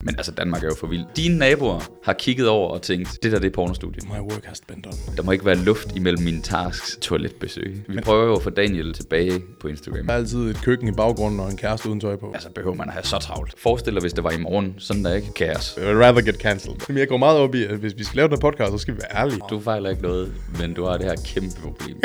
Men altså, Danmark er jo for vildt. Dine naboer har kigget over og tænkt, det der, det er pornostudie. My work has been done. Der må ikke være luft imellem mine tasks toiletbesøg. Vi prøver jo at få Daniel tilbage på Instagram. Der er altid et køkken i baggrunden og en kæreste uden tøj på. Altså, behøver man at have så travlt. Forestil dig, hvis det var i morgen. Sådan der ikke kaos. I would rather get cancelled. Men jeg går meget op i, at hvis vi skal lave den podcast, så skal vi være ærlige. Du fejler ikke noget, men du har det her kæmpe problem.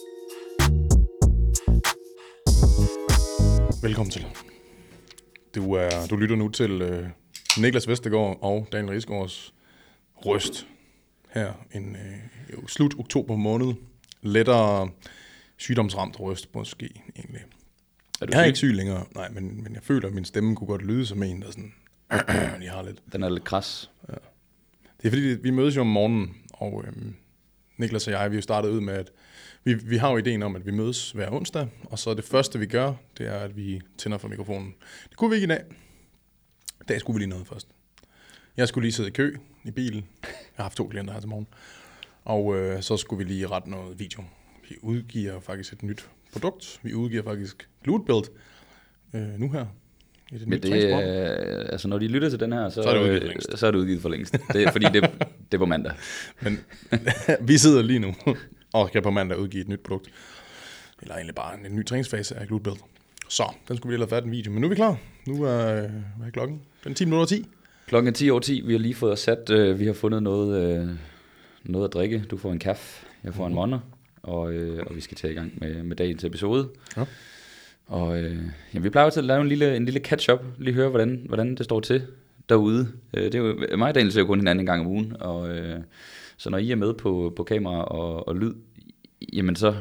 Velkommen til. Du lytter nu til Niklas Vestergaard og Daniel Rigsgaards røst her en slut oktober måned. Lettere sygdomsramt røst måske egentlig. Jeg er ikke syg længere, nej, men jeg føler, at min stemme kunne godt lyde som en, der sådan, de har lidt. Den er lidt kras. Ja. Det er fordi, vi mødes jo om morgenen, og Niklas og jeg, vi er jo startet ud med, at vi har jo ideen om, at vi mødes hver onsdag, og så det første, vi gør, det er, at vi tænder for mikrofonen. Det kunne vi ikke i dag. I dag skulle vi lige noget først. Jeg skulle lige sidde i kø i bilen. Jeg har haft 2 klienter her til morgen. Og så skulle vi lige rette noget video. Vi udgiver faktisk et nyt produkt. Vi udgiver faktisk Glute Build nu her. Men det altså når de lytter til den her, så er det udgivet for længst. Det er fordi det er på mandag. Men vi sidder lige nu og skal på mandag udgive et nyt produkt. Eller egentlig bare en ny træningsfase af Glute Build. Så, den skulle vi lige have fat en video. Men nu er vi klar. Nu hvad er klokken? Den er 10 minutter 10. Klokken er 10 over 10. Vi har lige fået os sat. Vi har fundet noget at drikke. Du får en kaffe. Jeg får en monner. Og vi skal tage i gang med dagens episode. Ja. Og vi plejer til at lave en lille catch-up. Lige høre, hvordan det står til derude. Det er jo mig og Daniel ser jo kun hinanden en gang om ugen. Og så når I er med på kamera og lyd, jamen så...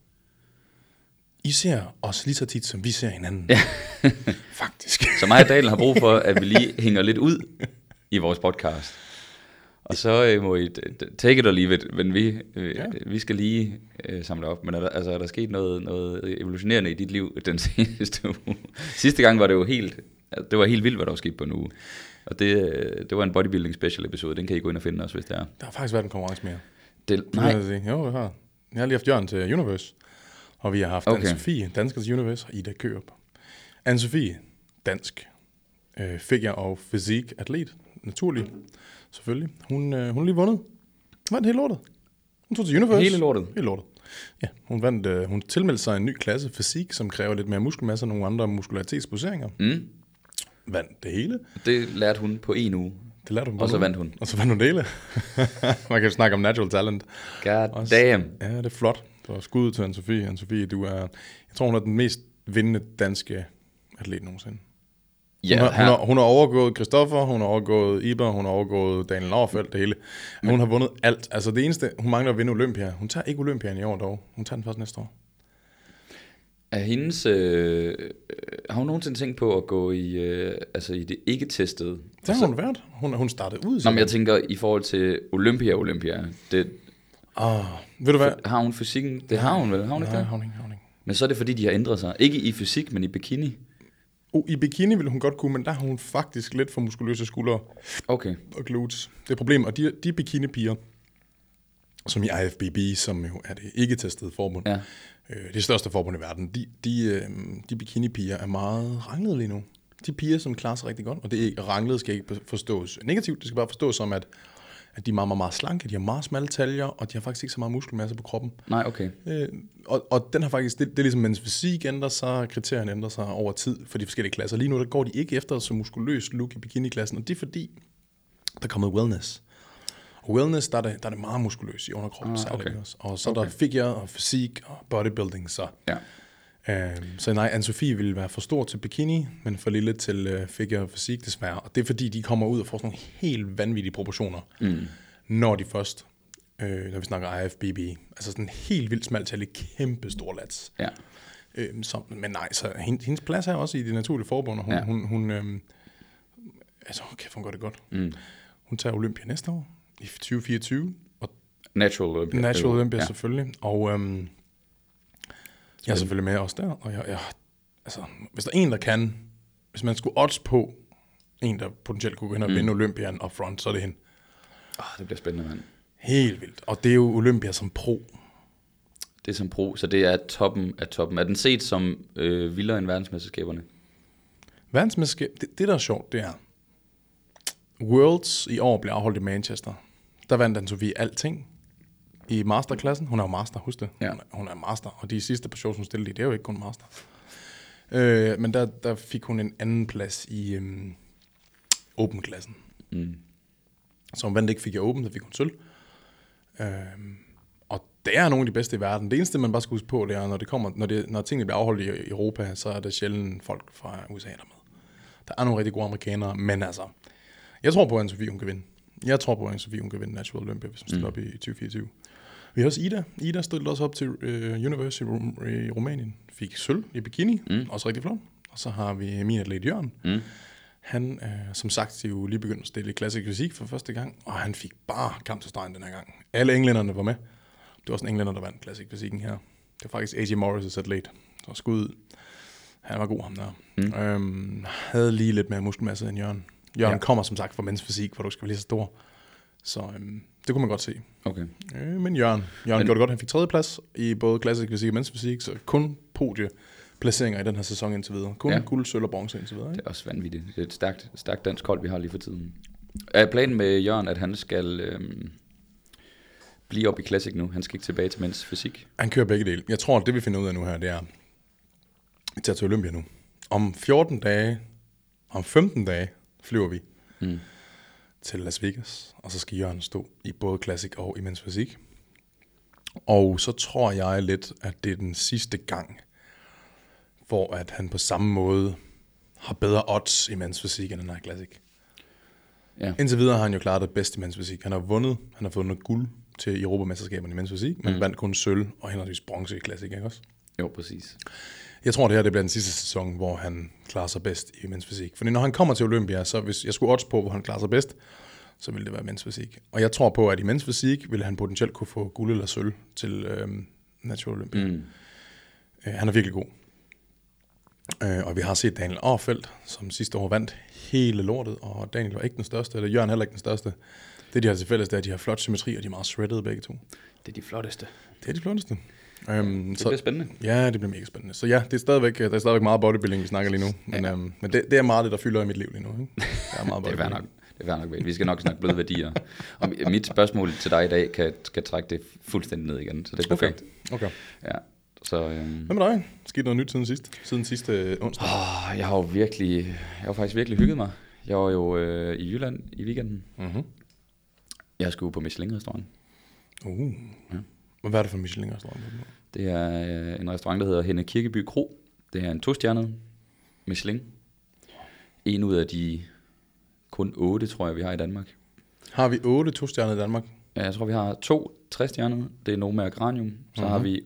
I ser os lige så tit, som vi ser hinanden. Ja. Faktisk. Så mig og Daniel har brug for, at vi lige hænger lidt ud i vores podcast. Og så må I take it or leave it, men vi skal lige samle op. Men er der sket noget evolutionerende i dit liv den seneste uge? Sidste gang var det jo helt vildt, hvad der var sket på en uge. Og det var en bodybuilding special episode, den kan I gå ind og finde også, hvis det er. Der har faktisk været en konkurrence mere. Nej. Jo, jeg har. Jeg har lige haft Jørgen til Universe, og vi har haft Anne-Sophie, dansker til Universe, og Ida Kørup. Anne-Sophie, dansk figure og fysik atlet, naturlig. Selvfølgelig. Hun har lige vundet. Hun vandt hele lortet. Hun tog til Universe. Hele lortet? Hele lortet. Ja, hun tilmeldte sig en ny klasse fysik, som kræver lidt mere muskelmasse og nogle andre muskularitetspulseringer. Vandt det hele. Det lærte hun på en uge. Det lærte hun på og så vandt hun. Og så vandt hun det hele. Man kan jo snakke om natural talent. God damn. Ja, det er flot. Så skud til Anne-Sophie. Anne-Sophie, jeg tror, hun er den mest vindende danske atlet nogensinde. Ja, hun har overgået Christoffer, hun har overgået Iber, hun har overgået Daniel Overfeldt, det hele. Hun har vundet alt. Altså det eneste, hun mangler at vinde Olympia. Hun tager ikke Olympiaen i år dog. Hun tager den først næste år. Er hendes, har hun nogensinde tænkt på at gå i det ikke-testede? Det har hun været. Hun startede ud. Nå, men jeg tænker i forhold til Olympia. Det, ved du hvad? Har hun fysikken? Det har hun vel? Har hun ikke det? Har hun ikke. Men så er det fordi, de har ændret sig. Ikke i fysik, men i bikini. I bikini ville hun godt kunne, men der har hun faktisk lidt for muskuløse skuldre og glutes. Det er et problem, og de bikinipiger, som i IFBB, som jo er det ikke-testede forbund, det største forbund i verden, de bikinipiger er meget ranglede lige nu. De piger, som klarer sig rigtig godt, og det er ranglede skal ikke forstås negativt, det skal bare forstås som, at de er meget, meget, meget slanke, de har meget smalle taljer, og de har faktisk ikke så meget muskelmasse på kroppen. Nej, okay. Og den har faktisk, det er ligesom, mens fysik ændrer sig, kriterierne ændrer sig over tid for de forskellige klasser. Lige nu, der går de ikke efter så muskuløst look i bikini-klassen, og det er fordi, der er kommet wellness. Og wellness, der er det meget muskuløst i underkroppen. Okay. Og så er der figure og fysik og bodybuilding. Så nej, Anne-Sophie ville være for stor til bikini, men for lille til figure og fysik desværre. Og det er fordi, de kommer ud og får sådan nogle helt vanvittige proportioner, når de først, når vi snakker IFBB. Altså sådan en helt vildt smalt tal i kæmpe stor lats. Ja. Men nej, så hendes plads er også i det naturlige forbund, og hun hun gør det godt. Hun tager Olympia næste år, i 2024. Og Natural Olympia selvfølgelig. Og jeg er selvfølgelig med også der. Og altså, hvis der er en, der kan, hvis man skulle odds på en, der potentielt kunne gå hen og vinde Olympian up front, så er det hende. Det bliver spændende, mand. Helt vildt. Og det er jo Olympia som pro. Det er som pro, så det er toppen af toppen. Er den set som vildere end verdensmesterskaberne? Verdensmesterskab, det der er sjovt, det er, Worlds i år blev afholdt i Manchester. Der vandt Anne-Sophie alting i masterklassen. Hun er jo master, husk det. Ja. Hun er master, og de sidste par shows, hun stillede i, det er jo ikke kun master. Men der fik hun en anden plads i Open-klassen. Så hun vandt ikke, fik jeg Open, så fik hun sølv. Og det er nogle af de bedste i verden. Det eneste, man bare skal huske på, det er, når tingene bliver afholdt i Europa, så er det sjældent folk fra USA, der er med. Der er nogle rigtig gode amerikanere, men altså, jeg tror på, at Anne-Sophie, hun kan vinde. Jeg tror på, at Anne-Sophie, hun kan vinde Natural Olympia, hvis hun stiller op i 2024. Vi har også Ida. Ida stillede også op til University i Rumænien. Fik sølv i bikini, også rigtig flot. Og så har vi min atlet Jørgen. Han, som sagt, jo lige begyndt at stille i klassisk fysik for første gang, og han fik bare kamp til stregen den her gang. Alle englænderne var med. Det var også en englænder, der vandt klassisk fysikken her. Det var faktisk A.J. Morris' atlet. Så skud. Han var god, ham der. Havde lige lidt mere muskelmasse end Jørgen. Jørgen kommer som sagt fra mænds fysik, hvor du skal blive så stor. Så det kunne man godt se. Okay. Men Jørgen gjorde det godt. Han fik 3. plads i både klassisk fysik og mænds fysik, så kun podieplaceringer i den her sæson indtil videre. Kun guld, sølv og bronze indtil videre. Ikke? Det er også vanvittigt. Det er et stærkt dansk hold, vi har lige for tiden. Er planen med Jørgen, at han skal blive op i Classic nu? Han skal ikke tilbage til mænds fysik? Han kører begge dele. Jeg tror, at det vi finder ud af nu her, det er, vi tager til Olympia nu. Om 14 dage, om 15 dage, flyver vi til Las Vegas, og så skal Jørgen stå i både Classic og i mænds fysik. Og så tror jeg lidt, at det er den sidste gang, hvor at han på samme måde har bedre odds i mænds fysik, end han har i Classic. Ja. Indtil videre har han jo klaret det bedste i mænds fysik. Han har fundet guld til Europamesterskaberne i mænds fysik, men vandt kun sølv og henholdsvis bronze i Classic, ikke også? Jo, præcis. Jeg tror, det bliver den sidste sæson, hvor han klarer sig bedst i mænds fysik. For når han kommer til Olympia, så hvis jeg skulle odds på, hvor han klarer sig bedst, så ville det være mænds fysik. Og jeg tror på, at i mænds fysik ville han potentielt kunne få guld eller sølv til Natural Olympia. Han er virkelig god. Og vi har set Daniel Aarfeldt, som sidste år vandt hele lortet, og Daniel var ikke den største, eller Jørgen heller ikke den største. Det, de har til fælles, det er, at de har flot symmetri, og de er meget shredded begge to. Det er de flotteste. Det er de flotteste. Det bliver spændende. Ja, det bliver mega spændende. Så ja, der er stadigvæk meget bodybuilding, vi snakker lige nu. Men det er meget det, der fylder i mit liv lige nu. Ikke? Der er meget bodybuilding. Det er nok. Vi skal nok snakke bløde værdier. Og mit spørgsmål til dig i dag kan trække det fuldstændig ned igen, så det er perfekt. Okay. Ja. Så, hvad med dig? Skete noget nyt siden sidste onsdag? Jeg har faktisk virkelig hygget mig. Jeg var jo i Jylland i weekenden. Jeg skulle på Michelin-restaurant. Ja. Hvad er det for en Michelin-restaurant? Det er en restaurant, der hedder Henne Kirkeby Kro. Det er en 2-stjernet Michelin. En ud af de kun 8, tror jeg, vi har i Danmark. Har vi 8 2-stjerner i Danmark? Ja, jeg tror, vi har 2 3-stjernede. Det er Noma og Granium. Så har vi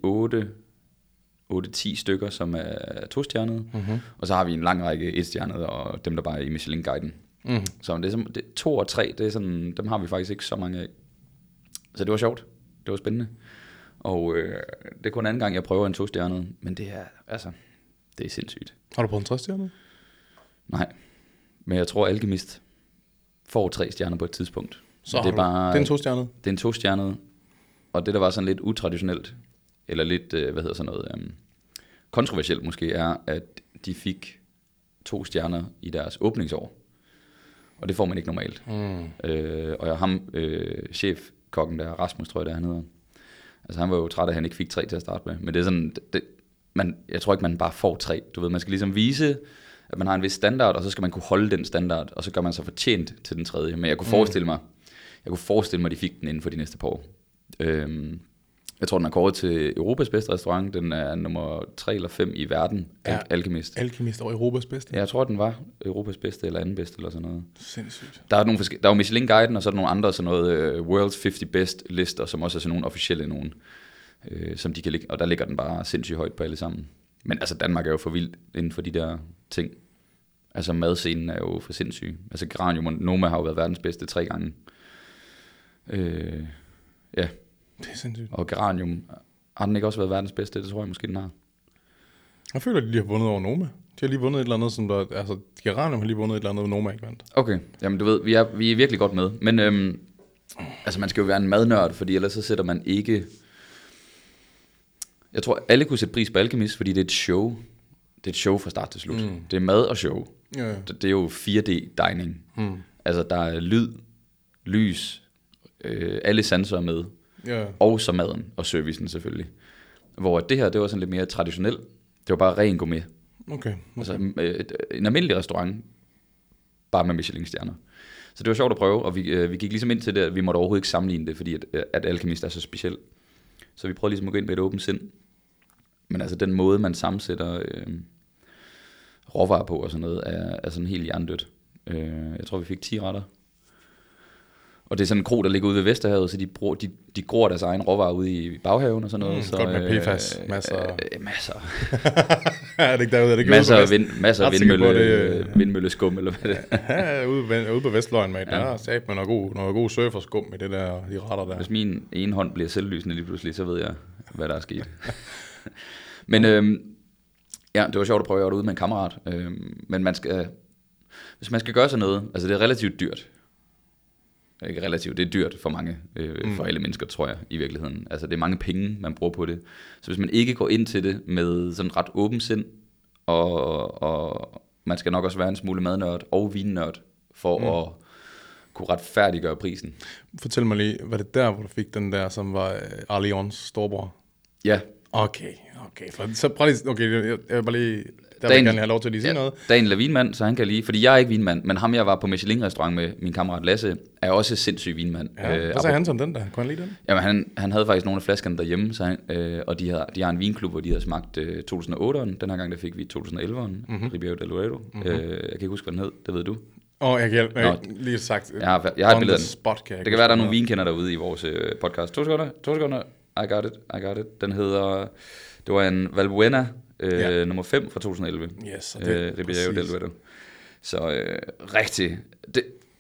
8-10 stykker, som er 2-stjernede. Og så har vi en lang række 1-stjernede, og dem, der bare er i Michelin-guiden. Så det er 2 og 3, det er sådan, dem har vi faktisk ikke så mange af. Så det var sjovt. Det var spændende. Og det er kun anden gang, jeg prøver en 2-stjernet, men det er sindssygt. Har du prøvet en 3-stjernet? Nej, men jeg tror, Alkemist får 3 stjerner på et tidspunkt. Så det er en 2-stjernet? Det er en 2-stjernet, og det, der var sådan lidt utraditionelt, eller lidt, kontroversielt måske, er, at de fik 2 stjerner i deres åbningsår. Og det får man ikke normalt. Og chefkokken der, Rasmus, tror jeg, der han hedder. Altså han var jo træt af, at han ikke fik 3 til at starte med. Men det er sådan, jeg tror ikke, man bare får 3. Du ved, man skal ligesom vise, at man har en vis standard, og så skal man kunne holde den standard, og så gør man sig fortjent til den 3. Men jeg kunne forestille mig, at de fik den inden for de næste par år. Jeg tror, den er kåret til Europas bedste restaurant. Den er nummer 3 eller 5 i verden. Alkemist. Alkemist over Europas bedste? Ja, jeg tror, den var Europas bedste eller anden bedste eller sådan noget. Sindssygt. Der er jo Michelin-guiden, og så er der nogle andre sådan noget World's 50 Best lister, som også er sådan nogle officielle nogen, som de kan ligge, og der ligger den bare sindssygt højt på alle sammen. Men altså, Danmark er jo for vildt inden for de der ting. Altså, madscenen er jo for sindssyg. Altså, Granium og Noma har jo været verdens bedste 3 gange. Ja. Det er sindssygt. Og Granium, har den ikke også været verdens bedste? Det tror jeg måske, den har. Jeg føler, at de har vundet over Noma. De har lige vundet et eller andet, som der... Altså, Granium har lige vundet et eller andet, Noma ikke vandt. Okay, jamen du ved, vi er virkelig godt med. Men altså, man skal jo være en madnørd, fordi ellers så sætter man ikke... Jeg tror, alle kunne sætte pris på Alkemist, fordi det er et show. Det er et show fra start til slut. Det er mad og show. Ja. Det er jo 4D dining. Altså, der er lyd, lys, alle sanser med, og så maden og servicen selvfølgelig. Hvor det her, det var sådan lidt mere traditionelt. Det var bare ren gourmet. Okay. Altså en almindelig restaurant, bare med Michelin-stjerner. Så det var sjovt at prøve, og vi gik ligesom ind til det, at vi måtte overhovedet ikke sammenligne det, fordi at Alkemist er så speciel. Så vi prøvede ligesom at gå ind med et åbent sind. Men altså den måde, man sammensætter råvarer på og sådan noget, er sådan helt hjernedødt. Jeg tror, vi fik 10 retter. Og det er sådan en kro, der ligger ude ved Vesterhavet, så de gror deres egen råvarer ude i baghaven og sådan noget. Så, godt med PFAS. Masser. Masser. Er det ikke derude? Er det ikke masser af vindmølleskum, eller hvad det er. Ja, ude på Vestløjen, mate. Der er sat med noget god surferskum i det der, de retter der. Hvis min ene hånd bliver selvlysende lige pludselig, så ved jeg, hvad der er sket. Men ja, det var sjovt at prøve at gøre det ude med en kammerat. Men hvis man skal gøre sådan noget, altså det er relativt dyrt. Ikke relativt, det er dyrt for mange, for alle mennesker, tror jeg, i virkeligheden. Altså det er mange penge, man bruger på det. Så hvis man ikke går ind til det med sådan ret åben sind, og man skal nok også være en smule madnørd og vinnørd, for at kunne retfærdiggøre prisen. Fortæl mig lige, var det der, hvor du fik den der, som var Arleons storbror? Ja. Okay. Så prøv lige, okay, jeg vil bare lige... Der vil jeg gerne have lov til at lige sige noget. Daniel er vinmand, så han kan lige... Fordi jeg er ikke vinmand, men ham jeg var på Michelin-restaurant med, min kammerat Lasse, er også sindssyg vinmand. Ja, hvad sagde han som den der? Kunne han lide den? Jamen, han havde faktisk nogle af flaskerne derhjemme, så og de har en vinklub, hvor de havde smagt 2008'eren. Den her gang, der fik vi 2011'eren, Ribeirão del Duero. Jeg kan ikke huske, hvad den hed, det ved du. Jeg kan lige sagt... Jeg har et billede af den. Det kan være, der er nogle vinkender derude i vores podcast. 2 sekunder. I got it. Den hedder... Det var en Valbuena nummer 5 fra 2011. Yes, Ribeirão del Duero. Så rigtig... Det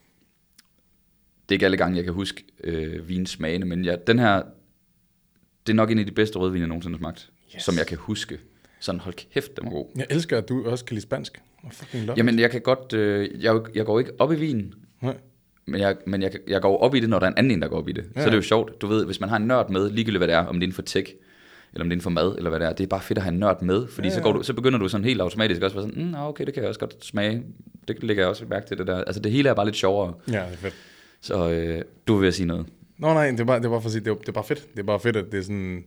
er ikke alle gange, jeg kan huske vinsmagene, men den her... Det er nok en af de bedste rødvine, jeg nogensinde har smagt, som jeg kan huske. Sådan, hold kæft, den var god. Jeg elsker, at du også kan lide spansk. Jamen, jeg kan godt... Jeg går ikke op i vin. Nej. Men jeg går op i det, når der er en anden, der går op i det. Ja. Så er det jo sjovt. Du ved, hvis man har en nørd med, ligegyldigt hvad det er, om det er inden for tech, eller om det er inden for mad, eller hvad det er, det er bare fedt at have en nørd med, fordi så begynder du sådan helt automatisk også at være sådan, okay, det kan jeg også godt smage. Det lægger jeg også mærke til det der. Altså det hele er bare lidt sjovere. Ja, det er fedt. Så du vil sige noget. Nej, det er bare for at sige, det er bare fedt. Det er bare fedt, at det er sådan,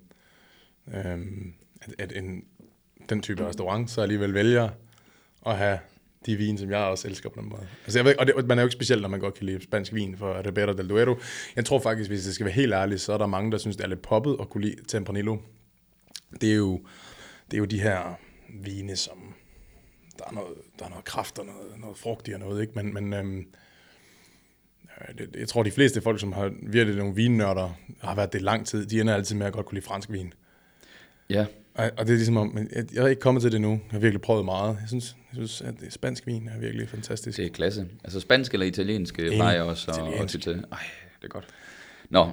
at den type restaurant, så alligevel vælger at have de vin, som jeg også elsker på den måde. Altså, jeg ved, og man er jo ikke specielt, når man godt kan lide spansk vin for Ribeirão del Duero. Jeg tror faktisk, hvis det skal være helt ærligt, så er der mange, der synes, det er lidt poppet at kunne lide Tempranillo. Det er jo de her vine, som der er noget kraft og noget frugtigt og noget, ikke? Men jeg tror, de fleste folk, som har virkelig nogle vinnørder, har været det lang tid, de ender altid med at godt kunne lide fransk vin. Ja. Og det er ligesom om, jeg er ikke kommet til det nu. Jeg har virkelig prøvet meget. Jeg synes at det spansk vin er virkelig fantastisk. Det er klasse. Altså spansk eller italiensk plejer jeg også at til. Det er godt. Nå,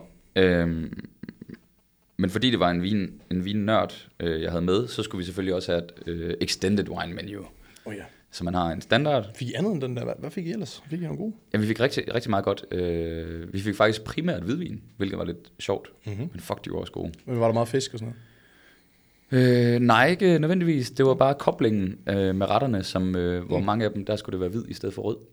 men fordi det var en vinnørd, jeg havde med, så skulle vi selvfølgelig også have et extended wine menu. Ja. Så man har en standard. Fik I andet end den der? Hvad fik I ellers? Fik I nogle gode? Ja, vi fik rigtig, rigtig meget godt. Vi fik faktisk primært hvidvin, hvilket var lidt sjovt. Men fuck, de var også gode. Men var der meget fisk og sådan noget? Nej, ikke nødvendigvis. Det var bare koblingen med retterne, hvor mange af dem, der skulle det være hvid i stedet for rød.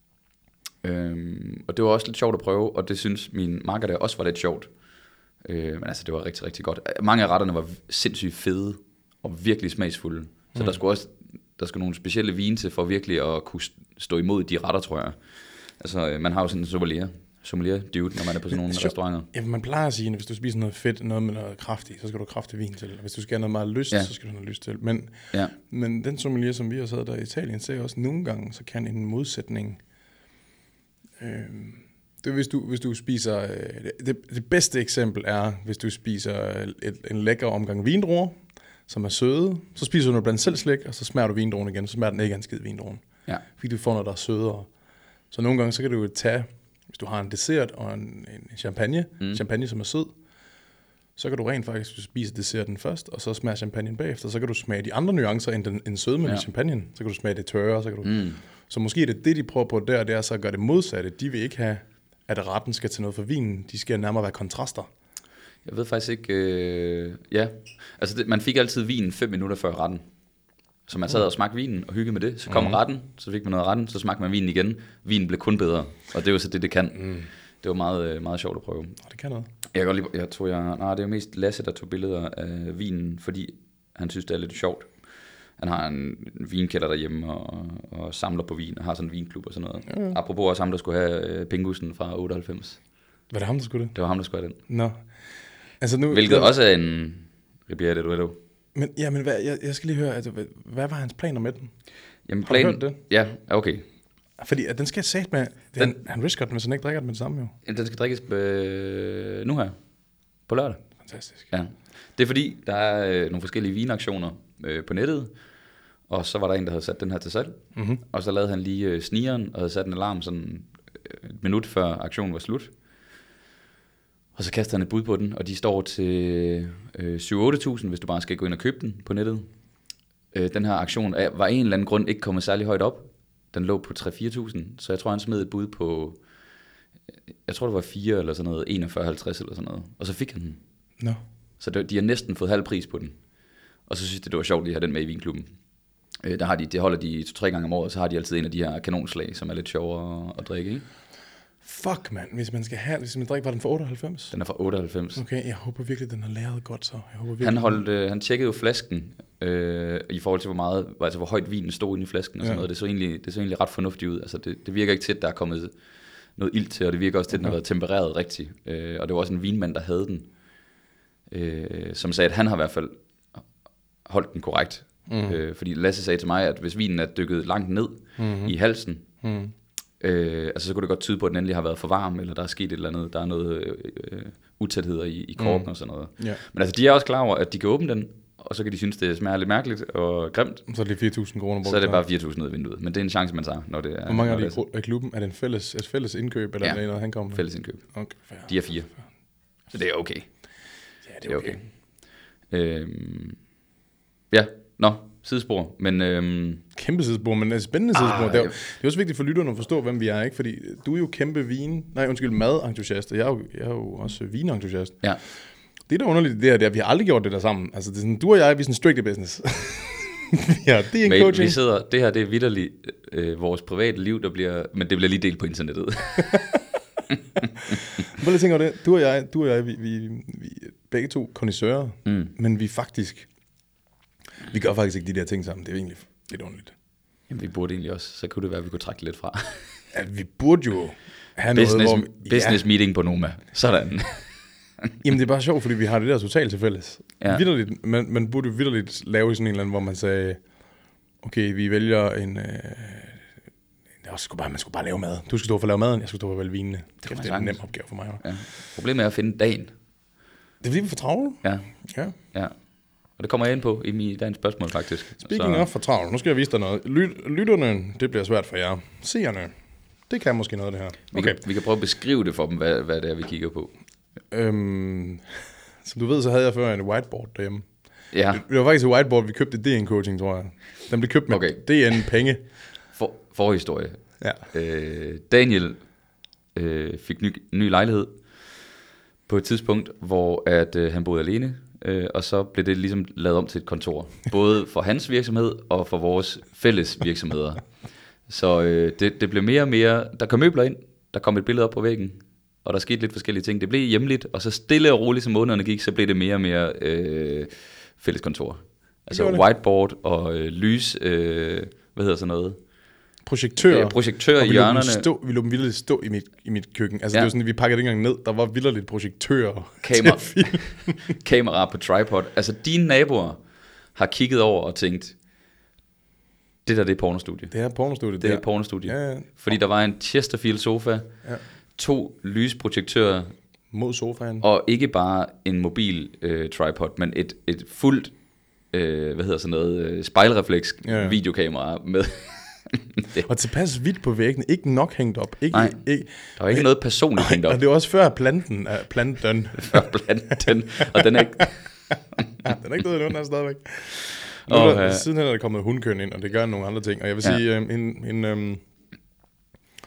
Og det var også lidt sjovt at prøve, og det synes min makker der også var lidt sjovt. Men altså, det var rigtig, rigtig godt. Mange af retterne var sindssygt fede og virkelig smagsfulde. Så der skulle nogle specielle vine til for virkelig at kunne stå imod de retter, tror jeg. Altså, man har jo sådan en sommelier-dude, når man er på sådan nogle restauranter. Ja, man plejer at sige, at hvis du spiser noget fedt, noget med noget kraftigt, så skal du kraftig vin til. Hvis du skal have noget meget lyst, så skal du have noget lyst til. Men den sommelier, som vi har sad der i Italien, siger også, nogle gange, så kan en modsætning... Det hvis du spiser... Det bedste eksempel er, hvis du spiser en lækker omgang vindruer, som er søde, så spiser du blandt selv slik, og så smager du vindruen igen, så smager den ikke en skid vindruen. Ja. Fordi du får noget, der er sødere. Så nogle gange, så kan du tage... Hvis du har en dessert og en champagne, som er sød, så kan du rent faktisk spise desserten først, og så smage champagnen bagefter. Så kan du smage de andre nuancer end en sødme i champagnen. Så kan du smage det tørre. Så måske er det, de prøver på der, det er så at gøre det modsatte. De vil ikke have, at retten skal til noget for vinen. De skal nærmere være kontraster. Jeg ved faktisk ikke... Altså, man fik altid vinen 5 minutter før retten. Så man sad og smagte vinen og hyggede med det. Så kom retten, så fik man noget af retten, så smagte man vinen igen. Vinen blev kun bedre, og det er jo så det kan. Det var meget, meget sjovt at prøve. Det kan noget. Det er jo mest Lasse, der tog billeder af vinen, fordi han synes, det er lidt sjovt. Han har en vinkælder derhjemme og samler på vin, og har sådan en vinklub og sådan noget. Ja. Apropos også ham, der skulle have Pingussen fra 98. Var det ham, der skulle det? Det var ham, der skulle have den. Nå. Altså nu, hvilket også er en Riviera del Duero. Men jeg skal lige høre, altså, hvad var hans planer med den? Jamen, har du hørt det? Ja, okay. Fordi at den skal sætte med, han risker den, hvis han ikke drikker den med det samme jo. Ja, den skal drikkes nu her, på lørdag. Fantastisk. Ja. Det er fordi, der er nogle forskellige vinaktioner på nettet, og så var der en, der havde sat den her til salg, og så lavede han lige snigeren, og havde sat en alarm sådan et minut før aktionen var slut. Og så kaster han et bud på den, og de står til 7-8.000, hvis du bare skal gå ind og købe den på nettet. Den her aktion var en eller anden grund ikke kommet særlig højt op. Den lå på 3-4.000, så jeg tror, han smed et bud på, jeg tror, det var 4 eller sådan noget, 41,50 eller sådan noget. Og så fik han den. No. Så de har næsten fået halv pris på den. Og så synes det var sjovt, at de har den med i vinklubben. Det holder de 2-3 gange om året, så har de altid en af de her kanonslag, som er lidt sjovere at drikke, ikke? Fuck, mand. Hvis man drikker, var den for 98? Den er fra 98. Okay, jeg håber virkelig, den har lavet godt så. Han tjekkede jo flasken, i forhold til hvor højt vinen stod inde i flasken og sådan noget. Det så egentlig ret fornuftigt ud. Altså det virker ikke til, at der er kommet noget ilt til, og det virker også til, at den har været tempereret rigtigt. Og det var også en vinmand, der havde den, som sagde, at han har i hvert fald holdt den korrekt. Fordi Lasse sagde til mig, at hvis vinen er dykket langt ned i halsen, altså så kunne det godt tyde på, at den endelig har været for varm, eller der er sket et eller andet, der er noget utætheder i korken og sådan noget. Yeah. Men altså, de er også klar over, at de kan åbne den, og så kan de synes, det smager lidt mærkeligt og grimt. Så er det 4.000 kroner. Så er det bare 4.000 ned i vinduet, men det er en chance, man tager, når det er... Hvor mange er det i klubben? Er det et fælles indkøb, eller er det noget, han kommer med? Fælles indkøb. Okay, fair. De er 4. Så det er okay. Ja, det er okay. Ja, sidespor, men... Kæmpe sidespor, men et spændende sidespor. Det er også vigtigt for lytterne at forstå, hvem vi er, ikke? Fordi du er jo kæmpe madentusiast, og jeg er jo også vinentusiast. Ja. Det, der er underligt, det er, at vi har aldrig gjort det der sammen. Altså, det er sådan, du og jeg, vi er sådan strictly business. Ja, det er en coaching. Det her, det er vitterligt vores private liv, men det bliver lige delt på internettet. Hvor jeg tænker det, du og jeg, vi er begge to kondisører, men vi gør faktisk ikke de der ting sammen. Det er egentlig lidt underligt. Jamen, vi burde egentlig også. Så kunne det være, at vi kunne trække lidt fra. Ja, vi burde jo have noget, business meeting på Noma. Sådan. Jamen, det er bare sjovt, fordi vi har det der totalt til fælles. Ja. Vitterligt, man burde jo vitterligt lave sådan en eller anden, hvor man sagde, okay, vi vælger en... man skulle bare lave mad. Du skal stå for at lave maden, jeg skal stå for at vælge vinene. Det er en nem opgave for mig. Ja. Problemet er at finde dagen. Det er fordi, vi er for travle. Ja. Og det kommer jeg ind på i dagens spørgsmål, faktisk. Speaking of for travlt, nu skal jeg vise dig noget. Lytterne, det bliver svært for jer. Seerne, det kan måske noget, det her. Okay. Vi kan prøve at beskrive det for dem, hvad det er, vi kigger på. Som du ved, så havde jeg før en whiteboard derhjemme. Ja. Det var faktisk et whiteboard, vi købte DN Coaching, tror jeg. Den blev købt med DN penge. Forhistorie. Ja. Daniel fik ny lejlighed på et tidspunkt, hvor at han boede alene, og så blev det ligesom lavet om til et kontor. Både for hans virksomhed og for vores fælles virksomheder. Så det blev mere og mere... Der kom møbler ind, der kom et billede op på væggen, og der skete lidt forskellige ting. Det blev hjemligt, og så stille og roligt, som månederne gik, så blev det mere og mere fælles kontor. Altså whiteboard og lys... hvad hedder sådan noget? Projektører i hjørnerne. Vi lå dem vildt stå i mit køkken. Altså det var sådan, vi pakkede ikke engang ned. Der var vildt projektører. Kamera på tripod. Altså dine naboer har kigget over og tænkt, det er pornostudie. Det er pornostudie. Det er pornostudie. Ja. Fordi der var en Chesterfield sofa, 2 lysprojektører mod sofaen, og ikke bare en mobil tripod, men et fuldt spejlrefleks videokamera med og tilpas vidt på væggene, ikke nok hængt op. Nej, der var ikke noget personligt hængt op. Og det var også før planten. Før planten, og den er ikke... den er ikke død endnu, den er stadigvæk. Siden hen er der kommet hundkøn ind, og det gør nogle andre ting. Og jeg vil sige,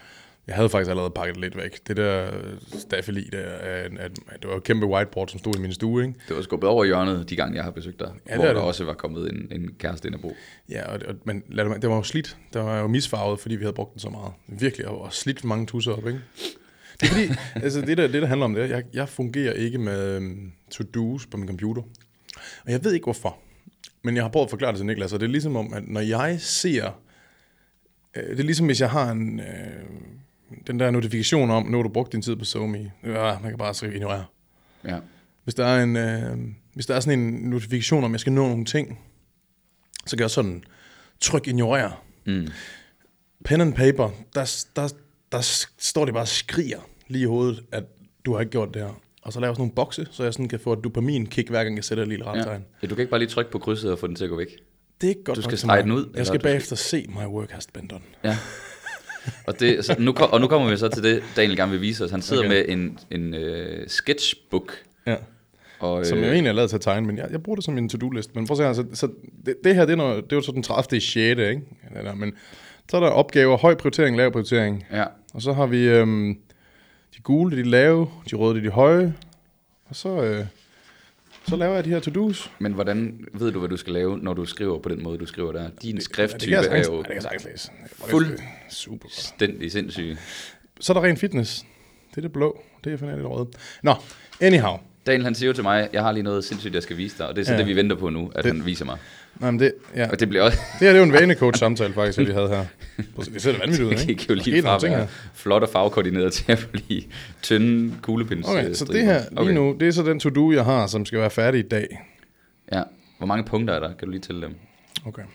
Jeg havde faktisk allerede pakket lidt væk. Det der staffeli, det var et kæmpe whiteboard, som stod i min stue, ikke? Det var skubbet over hjørnet, de gange jeg har besøgt dig, Ja, hvor der også var kommet en kæreste ind at bo. Ja, men det var jo slidt. Det var jo misfarvet, fordi vi havde brugt den så meget. Virkelig, og slidt mange tusser op, ikke? Det er fordi, altså det der handler om det, jeg fungerer ikke med to-dos på min computer. Og jeg ved ikke hvorfor. Men jeg har prøvet at forklare det til Niklas, og det er ligesom om, at når jeg ser... det er ligesom hvis jeg har den der notifikation om, nu har du brugt din tid på SoMe. Ja, man kan bare skrive ignorere. Ja. Hvis der er sådan en notifikation om, jeg skal nå nogle ting, så kan jeg sådan tryk ignorere. Pen and paper, der står det bare og skriger lige i hovedet, at du har ikke gjort det her. Og så laver jeg sådan nogle bokse, så jeg sådan kan få et dopamin-kick, hver gang jeg sætter et lille rettegn. Ja, du kan ikke bare lige trykke på krydset og få den til at gå væk. Det er ikke godt. Du skal strege den ud. Jeg skal bagefter se my work has been done. Ja. Og nu kommer vi så til det, Daniel gerne vil vise os. Han sidder med en sketchbook. Ja. Og, som jeg egentlig er lavet til at tegne, men jeg bruger det som en to-do-list. Men prøv at se her, så det her, det er jo så den 30. 6. ikke? Men så er der opgaver, høj prioritering, lav prioritering. Ja. Og så har vi de gule, de lave, de røde, de høje. Og så laver jeg de her to-dos. Men hvordan ved du, hvad du skal lave, når du skriver på den måde, du skriver der? Din skrifttype er jo det kan jeg sagtens læse. Fuldstændig sindssyg. Så er der ren fitness. Det er det blå. Det er fandt lidt røde. Nå, anyhow. Daniel, han siger jo til mig, jeg har lige noget sindssygt, jeg skal vise dig. Og det er så det, vi venter på nu, at han viser mig. Nej, men og det bliver også... det er jo en vanecoach-samtale faktisk, at vi havde her. Det ser da vanvittigt ud, ikke? Det gik jo lige fra at være flot og farvekoordineret til at blive tynde kuglepins. Okay, så det her lige nu, det er så den to-do, jeg har, som skal være færdig i dag. Ja. Hvor mange punkter er der? Kan du lige tælle dem? Okay.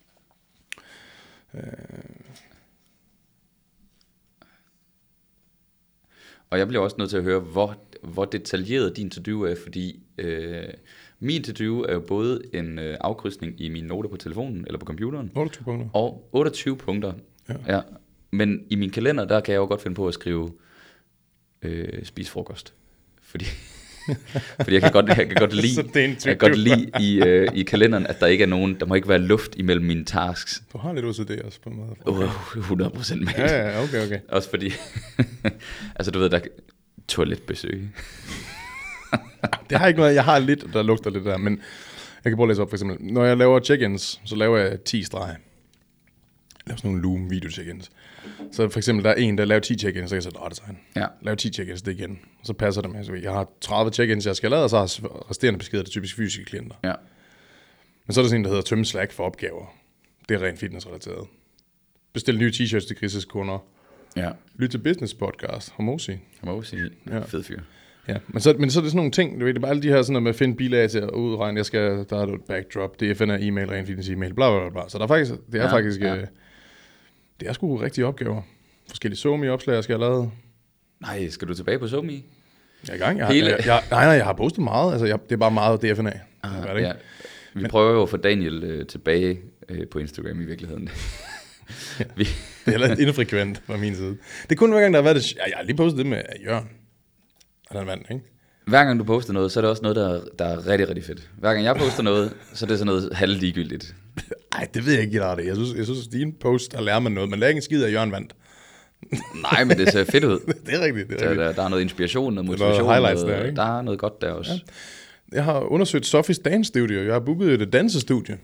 Og jeg bliver også nødt til at høre, hvor detaljeret din to-do er, fordi min to-do er jo både en afkrydsning i mine noter på telefonen eller på computeren. 28 punkter. Og 28 punkter. Ja. Men i min kalender, der kan jeg jo godt finde på at skrive spis frokost. Fordi jeg kan godt lide i kalenderen, at der ikke er nogen, der må ikke være luft imellem mine tasks. Du har lidt OCD også på en måde. 100% med. Ja, okay. Også fordi, altså du ved, der toiletbesøg. Det har ikke noget, jeg har lidt, der lugter lidt der, men jeg kan prøve at læse op for eksempel. Når jeg laver check-ins, så laver jeg 10 streger. Jeg laver sådan nogle Loom video check-ins. Så for eksempel, der er en, der laver 10 check-ins, så kan jeg sætte redetegn. Ja. Laver 10 check-ins, det igen. Så passer det med. Jeg har 30 check-ins, jeg skal lave, og så har resterende beskeder, det er typisk fysiske klienter. Ja. Men så er der sådan en, der hedder tømme Slack for opgaver. Det er rent fitnessrelateret. Bestil nye t-shirts til krigskunder. Ja. Lyt til business podcast. Homosi. Ja. Fed fyr. Ja, men så er det sådan nogle ting, du ved, det er bare alle de her sådan noget med at finde bilag til at udregne, der er et backdrop, DFN er e-mail, rent fitness e-mail, bla bla bla. Så der er faktisk, det er sgu rigtige opgaver. Forskellige SoMe-opslag, jeg skal have lavet. Nej, skal du tilbage på SoMe? Jeg er i gang. Jeg har postet meget, altså det er bare meget DFNA. Ja. Vi prøver jo at få Daniel tilbage på Instagram i virkeligheden. Ja. Det er heller indfrekvent fra min side. Det kunne hver gang, der har været det. Jeg har lige postet det med Jørgen. Og den vand, ikke? Hver gang du poster noget, så er det også noget, der er rigtig, rigtig fedt. Hver gang jeg poster noget, så er det sådan noget halvligegyldigt. Nej, det ved jeg ikke, jeg synes, din post, der lærer man noget. Man lærer ikke en skid af Jørgen Vandt. Nej, men det ser fedt ud. Det er rigtigt. Der er noget inspiration, noget motivation. Der er noget godt der også. Ja. Jeg har undersøgt Sofis Dance Studio. Jeg har booket et dansestudie.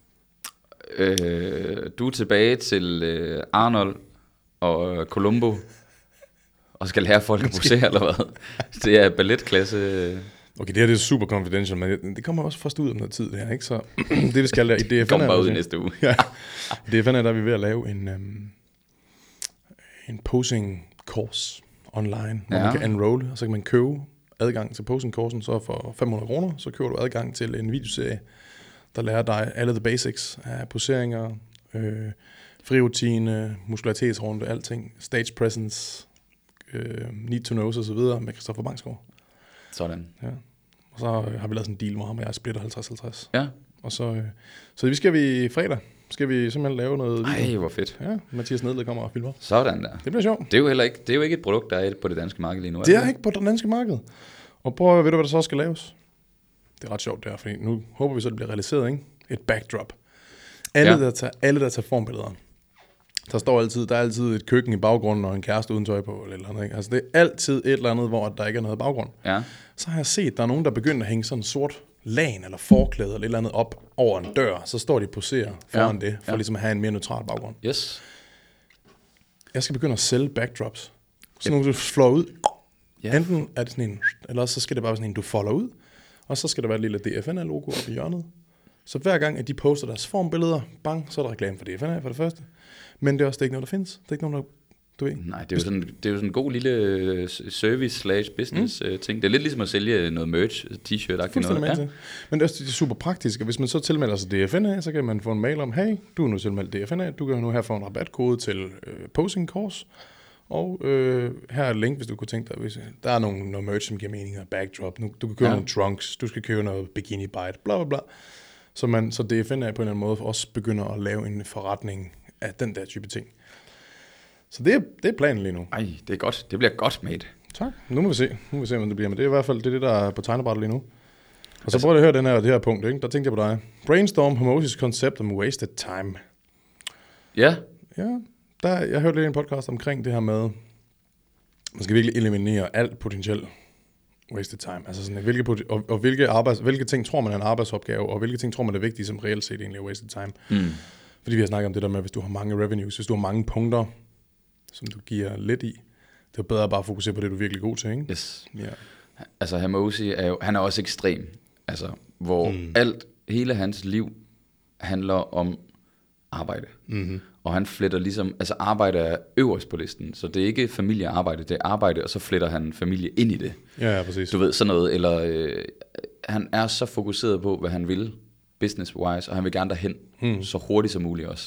Du er tilbage til Arnold og Columbo og skal lære folk at posere, eller hvad? Det er balletklasse. Okay, det her det er super confidential, men det kommer også først ud om noget tid, det her, ikke? Så det skal der i DFN. Det kommer bare ud i næste uge. Ja. DFN er der, vi er ved at lave en posing course online, hvor man kan enrolle, og så kan man købe adgang til posing-kursen, så for 500 kroner, så køber du adgang til en videoserie, der lærer dig alle the basics af poseringer, frirutine, muskularitetsrunde, alting, stage presence, need to know, og så videre, med Christoffer Bangsgaard. Sådan. Ja. Og så har vi lavet sådan en deal med ham, og jeg splitter 50-50. Ja. Og så vi skal vi fredag, skal vi simpelthen lave noget video. Ej, hvor fedt. Ja, Mathias Nedled kommer og filmer. Sådan der. Det bliver sjovt. Det er jo ikke et produkt, der er på det danske marked lige nu. Det er ikke på det danske marked. Og prøv at ved du, hvad der så skal laves? Det er ret sjovt der, fordi nu håber vi så, det bliver realiseret, ikke? Et backdrop. Alle, der tager formbilleder. der er altid et køkken i baggrunden og en kæreste uden tøj på, eller noget, ikke? Altså det er altid et eller andet, hvor der ikke er noget baggrund. Ja. Så har jeg set, der er nogen, der begynder at hænge sådan en sort lagen eller forklæde eller et eller andet op over en dør, så står de og poserer foran det, for ligesom at have en mere neutral baggrund. Yes. Jeg skal begynde at sælge backdrops. Sådan nogle, du flår ud. Ja. Enten er det sådan en, eller så skal det bare være sådan en, du folder ud, og så skal der være et lille DFNA-logo oppe i hjørnet. Så hver gang, at de poster deres formbilleder, bang, så er der reklame for DFNA for det første. Men det er også det er ikke noget, der findes. Det er ikke nogen, der, du ved. Nej, det er jo sådan en god lille service/business ting. Det er lidt ligesom at sælge noget merch, t-shirt-agtigt noget. Ja. Men det er super praktisk, og hvis man så tilmelder sig DFNA, så kan man få en mail om, hey, du er nu tilmeldt DFNA, du kan nu her få en rabatkode til posing course, og her er et link, hvis du kunne tænke dig, hvis der er noget merch, som giver mening, og backdrop, du kan købe nogle trunks, du skal købe noget bikini bite, bla bla bla. Så DFNA på en eller anden måde også begynder at lave en forretning af den der type ting. Så det er planen lige nu. Ej, det er godt. Det bliver godt, mate. Tak. Nu må vi se, om det bliver. Men det er i hvert fald det, der er på tegnebrættet lige nu. Og så prøv at høre det her punkt, ikke? Der tænkte jeg på dig. Brainstorm Hormosis concept of wasted time. Ja. Ja, jeg hørte lidt en podcast omkring det her med, man skal virkelig eliminere alt potentielt wasted time. Altså sådan, hvilke ting tror man er en arbejdsopgave, og hvilke ting tror man er vigtige, som reelt set egentlig er wasted time. Fordi vi har snakket om det der med, hvis du har mange revenues, hvis du har mange punkter, som du giver lidt i, det er bedre bare at fokusere på det, du er virkelig god til, ikke? Yes. Ja. Altså Hormozi han er også ekstrem, altså hvor hele hans liv handler om arbejde. Mm-hmm. Og han fletter ligesom, altså arbejde er øverst på listen, så det er ikke familie og arbejde, det er arbejde, og så fletter han familie ind i det. Ja, præcis. Du ved, sådan noget, eller han er så fokuseret på, hvad han vil, business-wise, og han vil gerne derhen, så hurtigt som muligt også.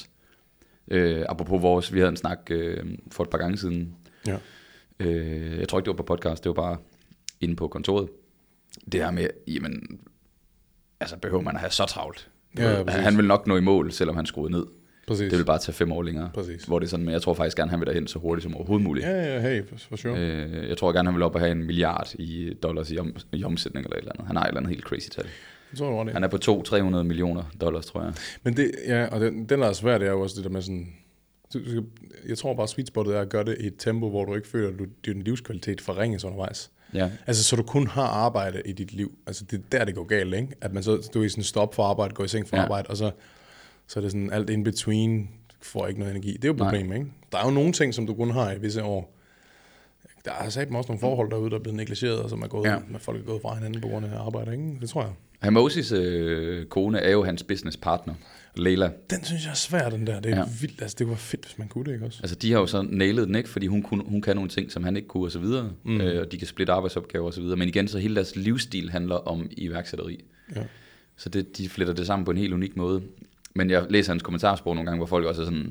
Apropos vi havde en snak for et par gange siden. Ja. Jeg tror ikke, det var på podcast, det var bare inde på kontoret. Det her med, jamen, altså behøver man at have så travlt? Ja, han vil nok nå i mål, selvom han skruede ned. Præcis. Det vil bare tage 5 år længere. Præcis. Hvor det er sådan, men jeg tror faktisk gerne, han vil derhen så hurtigt som overhovedet muligt. Ja, hey, for sure. Jeg tror gerne, han vil op og have $1 milliard dollars i omsætning eller et eller andet. Han har et eller andet helt crazy tal. Han er på $200-300 millioner, tror jeg. Men det, ja, og den der er svært, det er jo også det der med sådan, jeg tror bare, sweet spottet er at gøre det i et tempo, hvor du ikke føler, at din livskvalitet forringes undervejs. Ja. Altså, så du kun har arbejde i dit liv. Altså, det er der, det går galt, ikke? At man så, du er i sådan stop for arbejde, går i seng for arbejde, og så er det sådan alt in between, får ikke noget energi. Det er jo et problem, ikke? Der er jo nogle ting, som du kun har i visse år. Der er sagt også nogle forhold derude, der er blevet negligeret, og som er gået, med folk er gået fra hinanden på grund af arbejde, ikke? Det tror jeg. Hormozis kone er jo hans businesspartner, Leila. Den synes jeg er svær, den der. Det er vildt. Altså, det var fedt, hvis man kunne det, ikke også? Altså, de har jo så nailet den, ikke? Fordi hun kan nogle ting, som han ikke kunne, og så videre. Og de kan splitte arbejdsopgaver, og så videre. Men igen, så hele deres livsstil handler om iværksætteri. Ja. Så de fletter det sammen på en helt unik måde. Men jeg læser hans kommentarspor nogle gange, hvor folk også er sådan,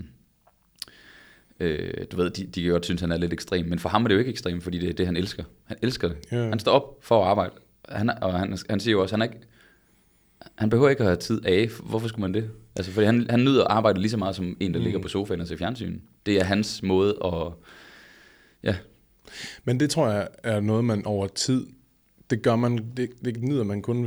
du ved, de kan godt synes, han er lidt ekstrem. Men for ham er det jo ikke ekstrem, fordi det er det, han elsker. Han elsker det. Yeah. Han står op for at arbejde. Han siger jo også, han behøver ikke at have tid af. Hvorfor skulle man det? Altså, fordi han nyder at arbejde lige så meget som en, der ligger på sofaen og ser fjernsyn. Det er hans måde at... Ja. Men det tror jeg er noget, man over tid... Det gør man... Det nyder man kun,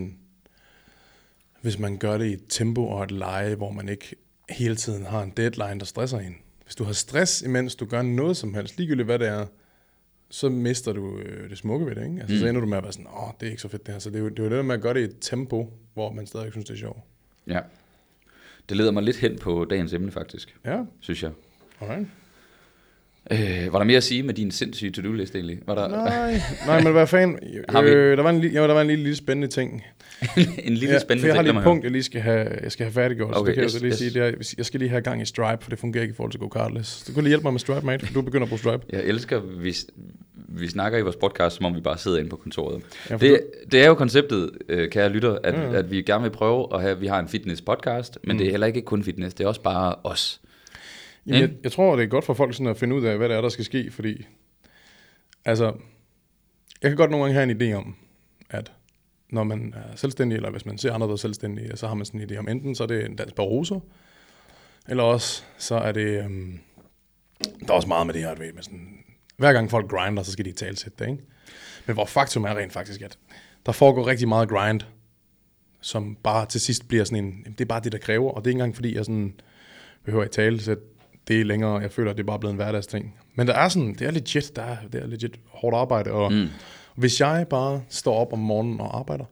hvis man gør det i et tempo og et leje, hvor man ikke hele tiden har en deadline, der stresser en. Hvis du har stress, imens du gør noget som helst, ligegyldigt hvad det er, så mister du det smukke ved det, ikke? Altså, så ender du med at være sådan, det er ikke så fedt det her. Så det er jo det der med at gøre det i et tempo, hvor man stadig synes, det er sjovt. Ja. Det leder mig lidt hen på dagens emne, faktisk. Ja. Synes jeg. Okay. Var der mere at sige med din sindssyge to-do-liste egentlig? Nej, men hvad fanden? Der var en lille spændende ting. En lille spændende ting? For jeg har lige et punkt, jeg skal have færdiggjort. Okay, det kan jeg lige sige. Jeg skal lige have gang i Stripe, for det fungerer ikke i forhold til GoCardless. Du kan lige hjælpe mig med Stripe, mate, for du begynder at bruge Stripe. Jeg elsker, vi snakker i vores podcast, som om vi bare sidder inde på kontoret. Ja, det er jo konceptet, kære lytter, at vi gerne vil prøve at have, vi har en fitness podcast, men det er heller ikke kun fitness, det er også bare os. Jamen, jeg tror, det er godt for folk sådan at finde ud af, hvad det er, der skal ske, fordi altså, jeg kan godt nogle gange have en idé om, at når man er selvstændig, eller hvis man ser andre, der er selvstændige, så har man sådan en idé om, enten så er det en dans Barroso, eller også så er det, der er også meget med det her, med sådan, hver gang folk grinder, så skal de talsætte det, ikke? Men hvor faktum er rent faktisk, at der foregår rigtig meget grind, som bare til sidst bliver sådan en, det er bare det, der kræver, og det er ikke engang fordi, jeg sådan behøver at talsætte det er længere. Jeg føler, at det er bare blevet en hverdagsting. Men det er legit hårdt arbejde, og hvis jeg bare står op om morgenen og arbejder,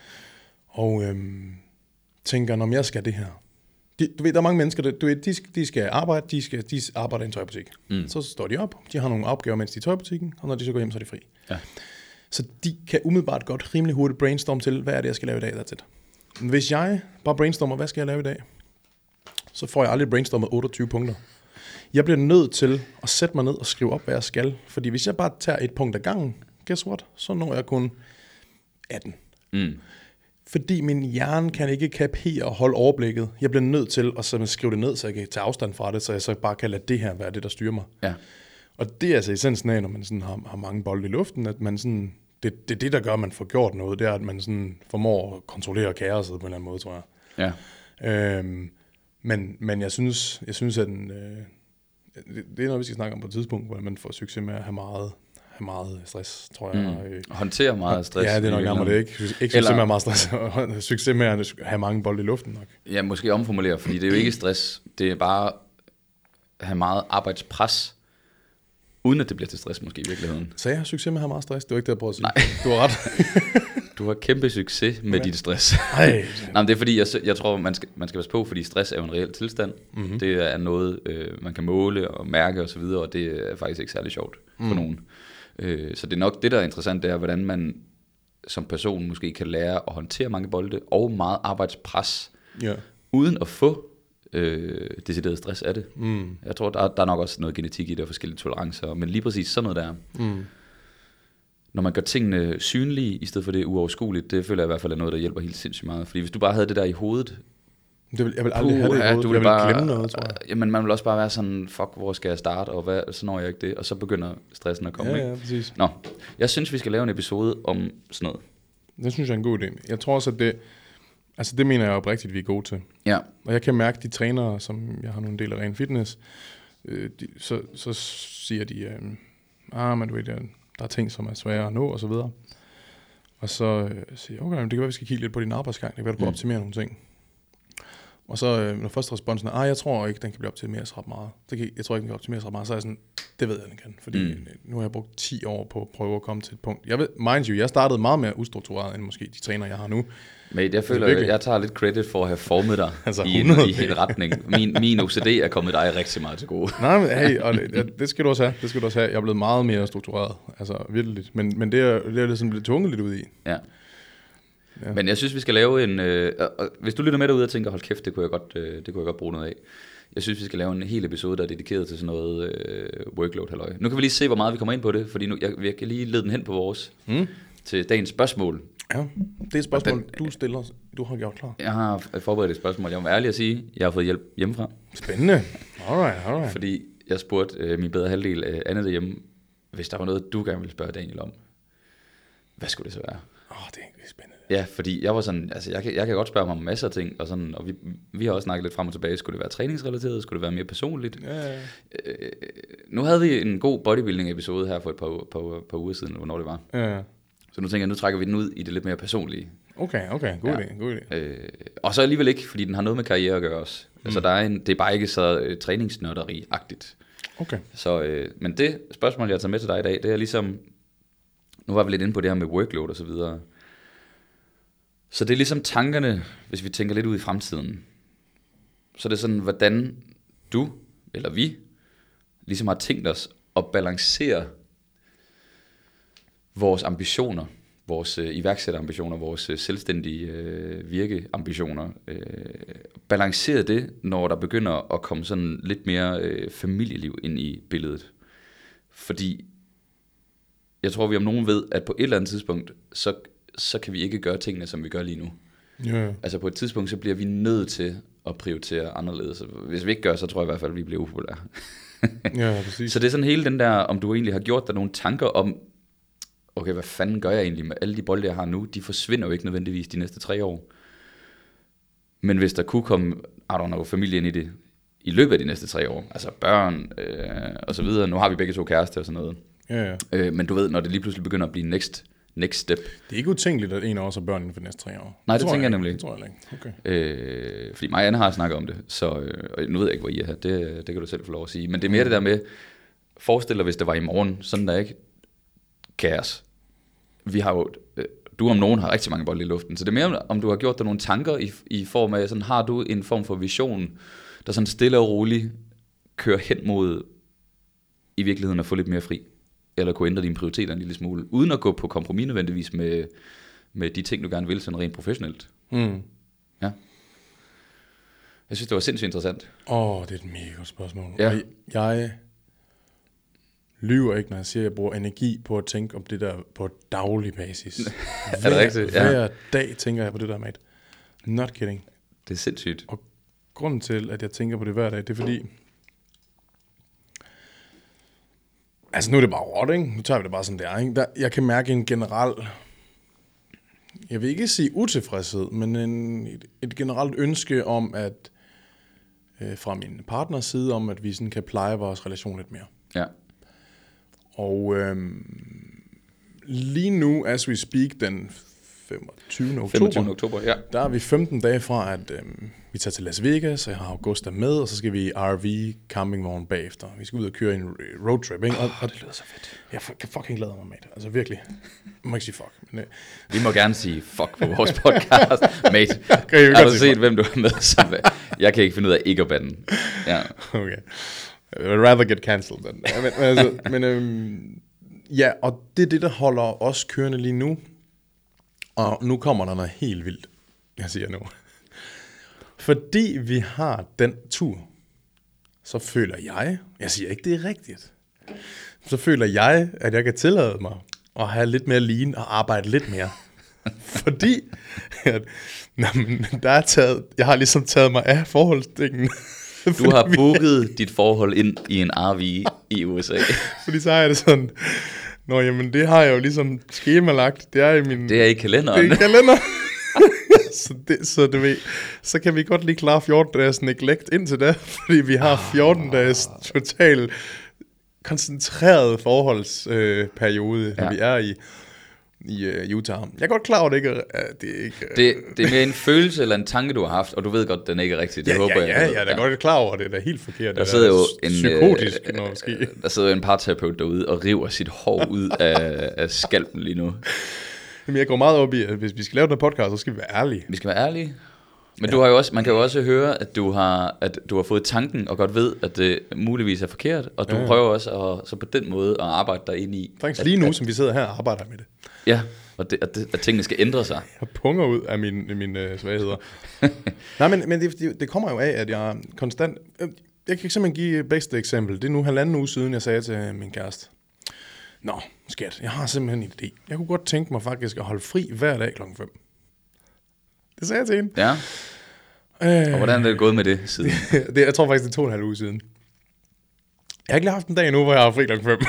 og tænker, når jeg skal det her. Du ved, der er mange mennesker, de skal arbejde, de arbejder i en tøjbutik. Så står de op, de har nogle opgaver, mens de er i tøjbutikken, og når de så går hjem, så er de fri. Ja. Så de kan umiddelbart godt rimelig hurtigt brainstorme til, hvad er det, jeg skal lave i dag, that's it. Hvis jeg bare brainstormer, hvad skal jeg lave i dag, så får jeg aldrig brainstormet 28 punkter. Jeg bliver nødt til at sætte mig ned og skrive op, hvad jeg skal. Fordi hvis jeg bare tager et punkt ad gangen, guess what, så når jeg kun 18. Fordi min hjerne kan ikke kapere og holde overblikket. Jeg bliver nødt til at skrive det ned, så jeg kan tage afstand fra det, så jeg så bare kan lade det her være det, der styrer mig. Ja. Og det er altså essensen af, når man sådan har mange bolde i luften, at man sådan, det er det, der gør, at man får gjort noget. Det er, at man sådan formår at kontrollere kaoset på en eller anden måde, tror jeg. Ja. Men jeg synes at det er noget, vi skal snakke om på et tidspunkt, hvor man får succes med at have meget stress, tror jeg. Håndtere meget stress. Ja, det er nok nærmere det, ikke? Ikke succes med meget stress, succes med at have mange bolde i luften nok. Ja, måske omformulere, fordi det er jo ikke stress, det er bare at have meget arbejdspres, uden at det bliver til stress måske i virkeligheden. Så jeg har succes med at have meget stress, det var ikke det, jeg prøvede at sige. Nej. Du har ret. Du har kæmpe succes med dit stress. Nej, men det er fordi, jeg tror, man skal passe på, fordi stress er jo en reel tilstand. Mm-hmm. Det er noget, man kan måle og mærke og så videre, og det er faktisk ikke særlig sjovt for nogen. Så det er nok det, der er interessant, det er, hvordan man som person måske kan lære at håndtere mange bolde og meget arbejdspres, uden at få decideret stress af det. Jeg tror, der er nok også noget genetik i det og forskellige tolerancer, men lige præcis sådan noget der. Når man gør tingene synlige, i stedet for det uoverskueligt, det føler jeg i hvert fald er noget, der hjælper helt sindssygt meget. Fordi hvis du bare havde det der i hovedet, jeg vil aldrig have det i hovedet, jeg vil glemme noget, tror jeg. Jamen man vil også bare være sådan, fuck, hvor skal jeg starte, og så når jeg ikke det, og så begynder stressen at komme. Ja, præcis. Nå, jeg synes, vi skal lave en episode om sådan noget. Det synes jeg er en god idé. Jeg tror også, at det mener jeg oprigtigt, vi er gode til. Ja. Og jeg kan mærke, de trænere, som jeg har nogle del af ren fitness, så siger de, men du ved, der er ting, som er svære at nå, og så videre. Og så siger jeg, okay, det kan være, vi skal kigge lidt på din arbejdsgang. Det kan være, du kan optimere nogle ting. Og så når første responsen er, jeg tror ikke, den kan blive optimeret ret meget. Jeg tror ikke, den kan optimeres ret meget. Så er jeg sådan, det ved jeg, den kan. Fordi nu har jeg brugt 10 år på at prøve at komme til et punkt. Jeg startede meget mere ustruktureret, end måske de træner, jeg har nu. Men jeg føler, jeg tager lidt credit for at have formet dig i en retning. Min OCD er kommet dig rigtig meget til gode. Nej, men hey, og det skal du også have. Jeg er blevet meget mere struktureret. Altså virkelig. Men det er ligesom lidt tvunget lidt ud i. Ja. Men jeg synes, vi skal lave en... hvis du lytter med derude og tænker, hold kæft, det kunne jeg godt bruge noget af. Jeg synes, vi skal lave en hel episode, der er dedikeret til sådan noget workload halløj. Nu kan vi lige se, hvor meget vi kommer ind på det, fordi nu jeg kan lige lede den hen på vores til dagens spørgsmål. Ja, det er et spørgsmål, du har gjort klar. Jeg har forberedt et spørgsmål. Jeg må være ærlig at sige, jeg har fået hjælp hjemmefra. Spændende. Alright. Fordi jeg spurgte min bedre halvdel Anne derhjemme, hvis der var noget, du gerne ville spørge Daniel om. Hvad skulle det så være? Det er ikke spændende. Ja, fordi jeg var sådan, altså jeg kan godt spørge mig om masser af ting, og sådan, og vi har også snakket lidt frem og tilbage. Skulle det være træningsrelateret? Skulle det være mere personligt? Ja. Nu havde vi en god bodybuilding-episode her for et par uger siden, hvornår det var. Ja. Så nu tænker jeg, nu trækker vi den ud i det lidt mere personlige. Okay, god idé. Og så alligevel ikke, fordi den har noget med karriere at gøre også. Altså det er bare ikke så træningsnørderi-agtigt. Okay. Så, men det spørgsmål, jeg har taget med til dig i dag, det er ligesom, nu var vi lidt inde på det her med workload og så videre. Så det er ligesom tankerne, hvis vi tænker lidt ud i fremtiden. Så det er sådan, hvordan du, eller vi, ligesom har tænkt os at balancere vores ambitioner, vores iværksætterambitioner, vores selvstændige virkeambitioner. Balancere det, når der begynder at komme sådan lidt mere familieliv ind i billedet. Fordi jeg tror, vi om nogen ved, at på et eller andet tidspunkt, så kan vi ikke gøre tingene, som vi gør lige nu. Yeah. Altså på et tidspunkt, så bliver vi nødt til at prioritere anderledes. Hvis vi ikke gør, så tror jeg i hvert fald, at vi bliver upopulære. Ja, præcis. Så det er sådan hele den der, om du egentlig har gjort dig nogle tanker om, okay, hvad fanden gør jeg egentlig med alle de bolde, jeg har nu? De forsvinder jo ikke nødvendigvis de næste 3 år. Men hvis der kunne komme, familien i det, i løbet af de næste 3 år, altså børn og så videre, nu har vi begge 2 kærester og sådan noget. Yeah. Men du ved, når det lige pludselig begynder at blive next step. Det er ikke utænkeligt, at en af os har børn inden for de næste 3 år. Nej, det tænker jeg nemlig. Det tror jeg ikke. Okay. Fordi mig og Anne har snakket om det, så og nu ved jeg ikke, hvor I er her. Det kan du selv få lov at sige. Men det er mere det der med, forestil dig, hvis det var i morgen, sådan der ikke kaos. Vi har jo, du om nogen har rigtig mange bolde i luften, så det er mere, om du har gjort dig nogle tanker i form af, sådan har du en form for vision, der sådan stille og roligt kører hen mod i virkeligheden at få lidt mere fri, eller kunne ændre dine prioriteter en lille smule, uden at gå på kompromis nødvendigvis med de ting, du gerne vil, sådan rent professionelt. Ja. Jeg synes, det var sindssygt interessant. Det er et mega godt spørgsmål. Ja. Jeg lyver ikke, når jeg siger, at jeg bruger energi på at tænke om det der på daglig basis. Er det rigtigt? Hver dag tænker jeg på det der, mate. Not kidding. Det er sindssygt. Og grunden til, at jeg tænker på det hver dag, det er fordi... Altså nu er det bare råt, ikke? Nu tager vi det bare sådan der, ikke? Jeg kan mærke en generel... Jeg vil ikke sige utilfredshed, men et generelt ønske om, at... fra min partners side, om at vi sådan kan pleje vores relation lidt mere. Ja. Og lige nu, as we speak, den 25. oktober, ja. der er vi 15 dage fra, at vi tager til Las Vegas, og jeg har Augusta med, og så skal vi i RV campingvogn bagefter. Vi skal ud og køre en roadtrip, ikke? Og det lyder så fedt. Jeg kan fucking glæde mig, mate. Altså virkelig. Jeg må ikke sige fuck. Men, vi må gerne sige fuck på vores podcast, mate. Har du set, hvem du er med? Som, jeg kan ikke finde ud af ikke at bande. Ja. Okay. I would rather get cancelled. Ja, og det er det, der holder os kørende lige nu. Og nu kommer der noget helt vildt, jeg siger nu. Fordi vi har den tur, så føler jeg siger ikke, det er rigtigt, så føler jeg, at jeg kan tillade mig at have lidt mere lean og arbejde lidt mere. Fordi jeg har ligesom taget mig af forholdsdingen. Du har booket dit forhold ind i en RV i USA. Fordi så er det sådan, jamen det har jeg jo ligesom skemalagt. Det er i min... Det er i kalenderen. Det er i kalenderen. så du ved, så kan vi godt lige klare 14 dages neglect indtil da, fordi vi har 14 dages total koncentreret forholdsperiode, når vi er i Utah. Jeg er godt klar over, det er mere en følelse eller en tanke, du har haft, og du ved godt, den ikke er rigtig. Det håber jeg. Jeg er da godt klar over, det er da helt forkert. Der sidder jo psykotisk, når måske. Der sidder en parterapeut derude og river sit hår ud af skalpen lige nu. Jamen, jeg går meget op i, at hvis vi skal lave den podcast, så skal vi være ærlige. Vi skal være ærlige. Men du har jo også, man kan jo også høre, at du har fået tanken og godt ved, at det muligvis er forkert, og du prøver også så på den måde at arbejde dig ind i. Faktisk lige nu, som vi sidder her og arbejder med det. Ja, at tingene skal ændre sig. Jeg punger ud af mine svagheder. Nej, men det kommer jo af, at jeg konstant... Jeg kan simpelthen give et bedste eksempel. Det er nu 1,5 uge siden, jeg sagde til min kæreste, nå, skat, jeg har simpelthen en idé. Jeg kunne godt tænke mig faktisk at holde fri hver dag 5:00. Det sagde jeg til hende. Ja. Og hvordan er det gået med det siden? Jeg tror faktisk, det er 2,5 uger siden. Jeg har ikke lige haft en dag endnu, hvor jeg har fri 5:00.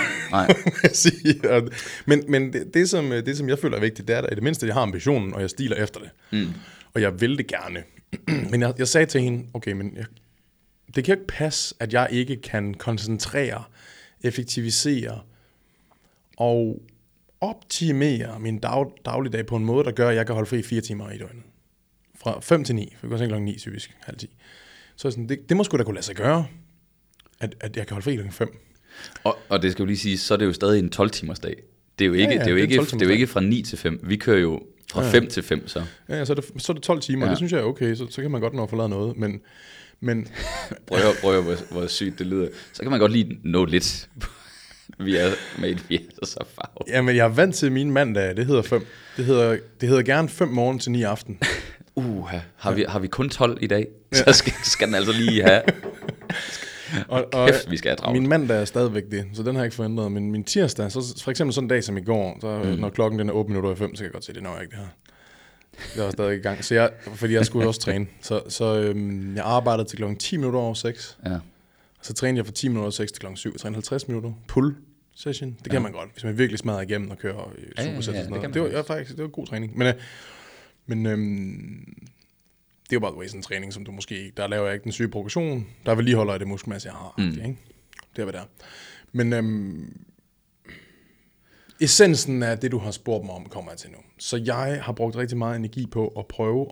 Nej. Men det, som jeg føler er vigtigt, det er, at i det mindste, jeg har ambitionen, og jeg stiler efter det. Og jeg vil det gerne. Men jeg sagde til hende, okay, men det kan jo ikke passe, at jeg ikke kan koncentrere, effektivisere og optimere min dagligdag på en måde, der gør, at jeg kan holde fri 4 timer i døgnet. Fra 5 til 9, for vi går sådan klokken 9 typisk, 9:30. Så sådan, det må sgu da kunne lade sig gøre, at jeg kan holde fri klokken 5. Og det skal jo lige sige, så er det jo stadig en 12-timers dag. Det er jo ikke fra 9 til 5. Vi kører jo fra 5 til 5, så. Ja, så er det 12 timer, det synes jeg er okay, så kan man godt nå at få lavet noget, men prøv hvor sygt det lyder. Så kan man godt lige nå lidt. Vi er så farvet. Jamen, jeg er vant til min mandag, det hedder 5. Det hedder gerne 5 morgen til 9 aften. Har vi kun 12 i dag? Ja. Så skal den altså lige have... og kæft, vi skal have travlt. Min mandag er stadigvæk det, så den har jeg ikke forandret. Men min tirsdag, så for eksempel sådan en dag som i går, så når klokken den er 8:05, så kan jeg godt se, det når jeg ikke det her. Jeg var stadig i gang, fordi jeg skulle også træne. Så jeg arbejdede til klokken 6:10. Ja. Så trænede jeg fra 6:10 til klokken 7. Jeg trænede 50 minutter. Pull session. Det kan man godt, hvis man virkelig smadrer igennem og kører supersæt og sådan noget. Det var god træning. Men det er jo bare sådan en træning, som du måske ikke... Der laver jeg ikke den syge progression. Der vedligeholder jeg det muskelmasse, jeg har. Ikke? Det er, hvad det er. Men essensen af det, du har spurgt mig om, kommer jeg til nu. Så jeg har brugt rigtig meget energi på at prøve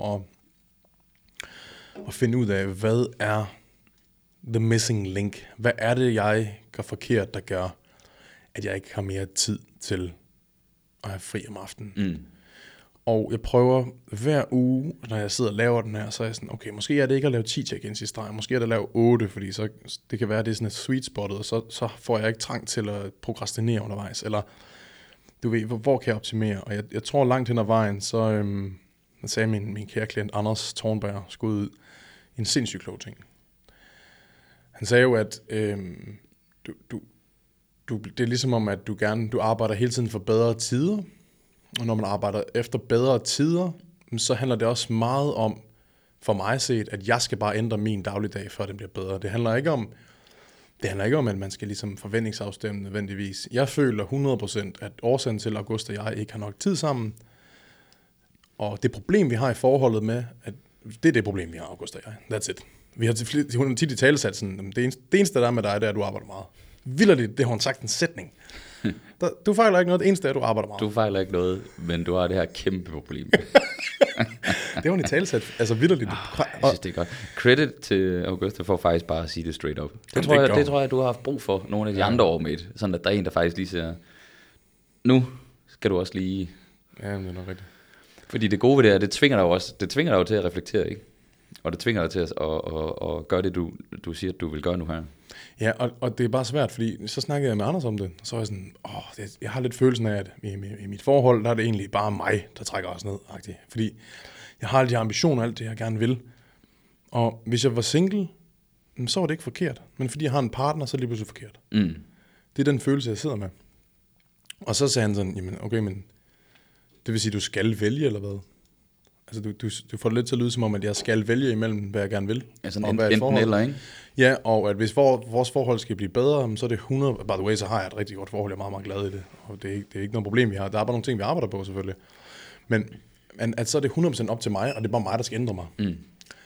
at finde ud af, hvad er the missing link? Hvad er det, jeg gør forkert, der gør, at jeg ikke har mere tid til at have fri om aftenen? Mm. Og jeg prøver hver uge, når jeg sidder og laver den her, så er jeg sådan, okay, måske er det ikke at lave 10 check-ins i streg, måske er det at lave 8, fordi så, det kan være, at det er sådan et sweet spottet, og så får jeg ikke trang til at prokrastinere undervejs, eller du ved, hvor kan jeg optimere? Og jeg tror langt hen ad vejen, så sagde min kære klient Anders Thornberg, skulle ud en sindssygt klog ting. Han sagde jo, at det er ligesom om, at du arbejder hele tiden for bedre tider, og når man arbejder efter bedre tider, så handler det også meget om, for mig set, at jeg skal bare ændre min dagligdag, før det bliver bedre. Det handler ikke om, at man skal ligesom forventningsafstemme nødvendigvis. Jeg føler 100%, at årsagen til August og jeg ikke har nok tid sammen, og det problem, vi har i forholdet med, at det er det problem, vi har, August og jeg. That's it. Vi har tit i talesat sådan, det eneste, der er med dig, det er, at du arbejder meget. Vildt, det har hun sagt en sætning. Du fejler ikke noget, det eneste er, at du arbejder meget. Du fejler ikke noget, men du har det her kæmpe problem. Det var hun i talesat, altså vildt. Jeg synes, det er godt. Credit til Augusta for faktisk bare at sige det straight up. Det tror jeg, du har haft brug for nogle af de andre år med. Sådan at der er en, der faktisk lige siger, nu skal du også lige... Ja, det er nok rigtigt. Fordi det gode ved det er, det tvinger dig jo til at reflektere, ikke? Og det tvinger dig til at gøre det, du siger, at du vil gøre nu her. Ja, og det er bare svært, fordi så snakkede jeg med Anders om det, og så var jeg sådan, jeg har lidt følelsen af, at i mit forhold, der er det egentlig bare mig, der trækker os ned, -agtigt. Fordi jeg har alle de ambitioner, alt det, jeg gerne vil. Og hvis jeg var single, så var det ikke forkert. Men fordi jeg har en partner, så er det lige pludselig forkert. Mm. Det er den følelse, jeg sidder med. Og så sagde han sådan, jamen okay, men det vil sige, du skal vælge, eller hvad? Altså, du får det lidt til at lyde som om, at jeg skal vælge imellem, hvad jeg gerne vil. Altså enten eller, ikke? Ja, og at hvis vores forhold skal blive bedre, så er det 100... By the way, så har jeg et rigtig godt forhold. Jeg er meget, meget glad i det. Og det er ikke noget problem, vi har. Der er bare nogle ting, vi arbejder på, selvfølgelig. Men at så er det 100% op til mig, og det er bare mig, der skal ændre mig. Mm.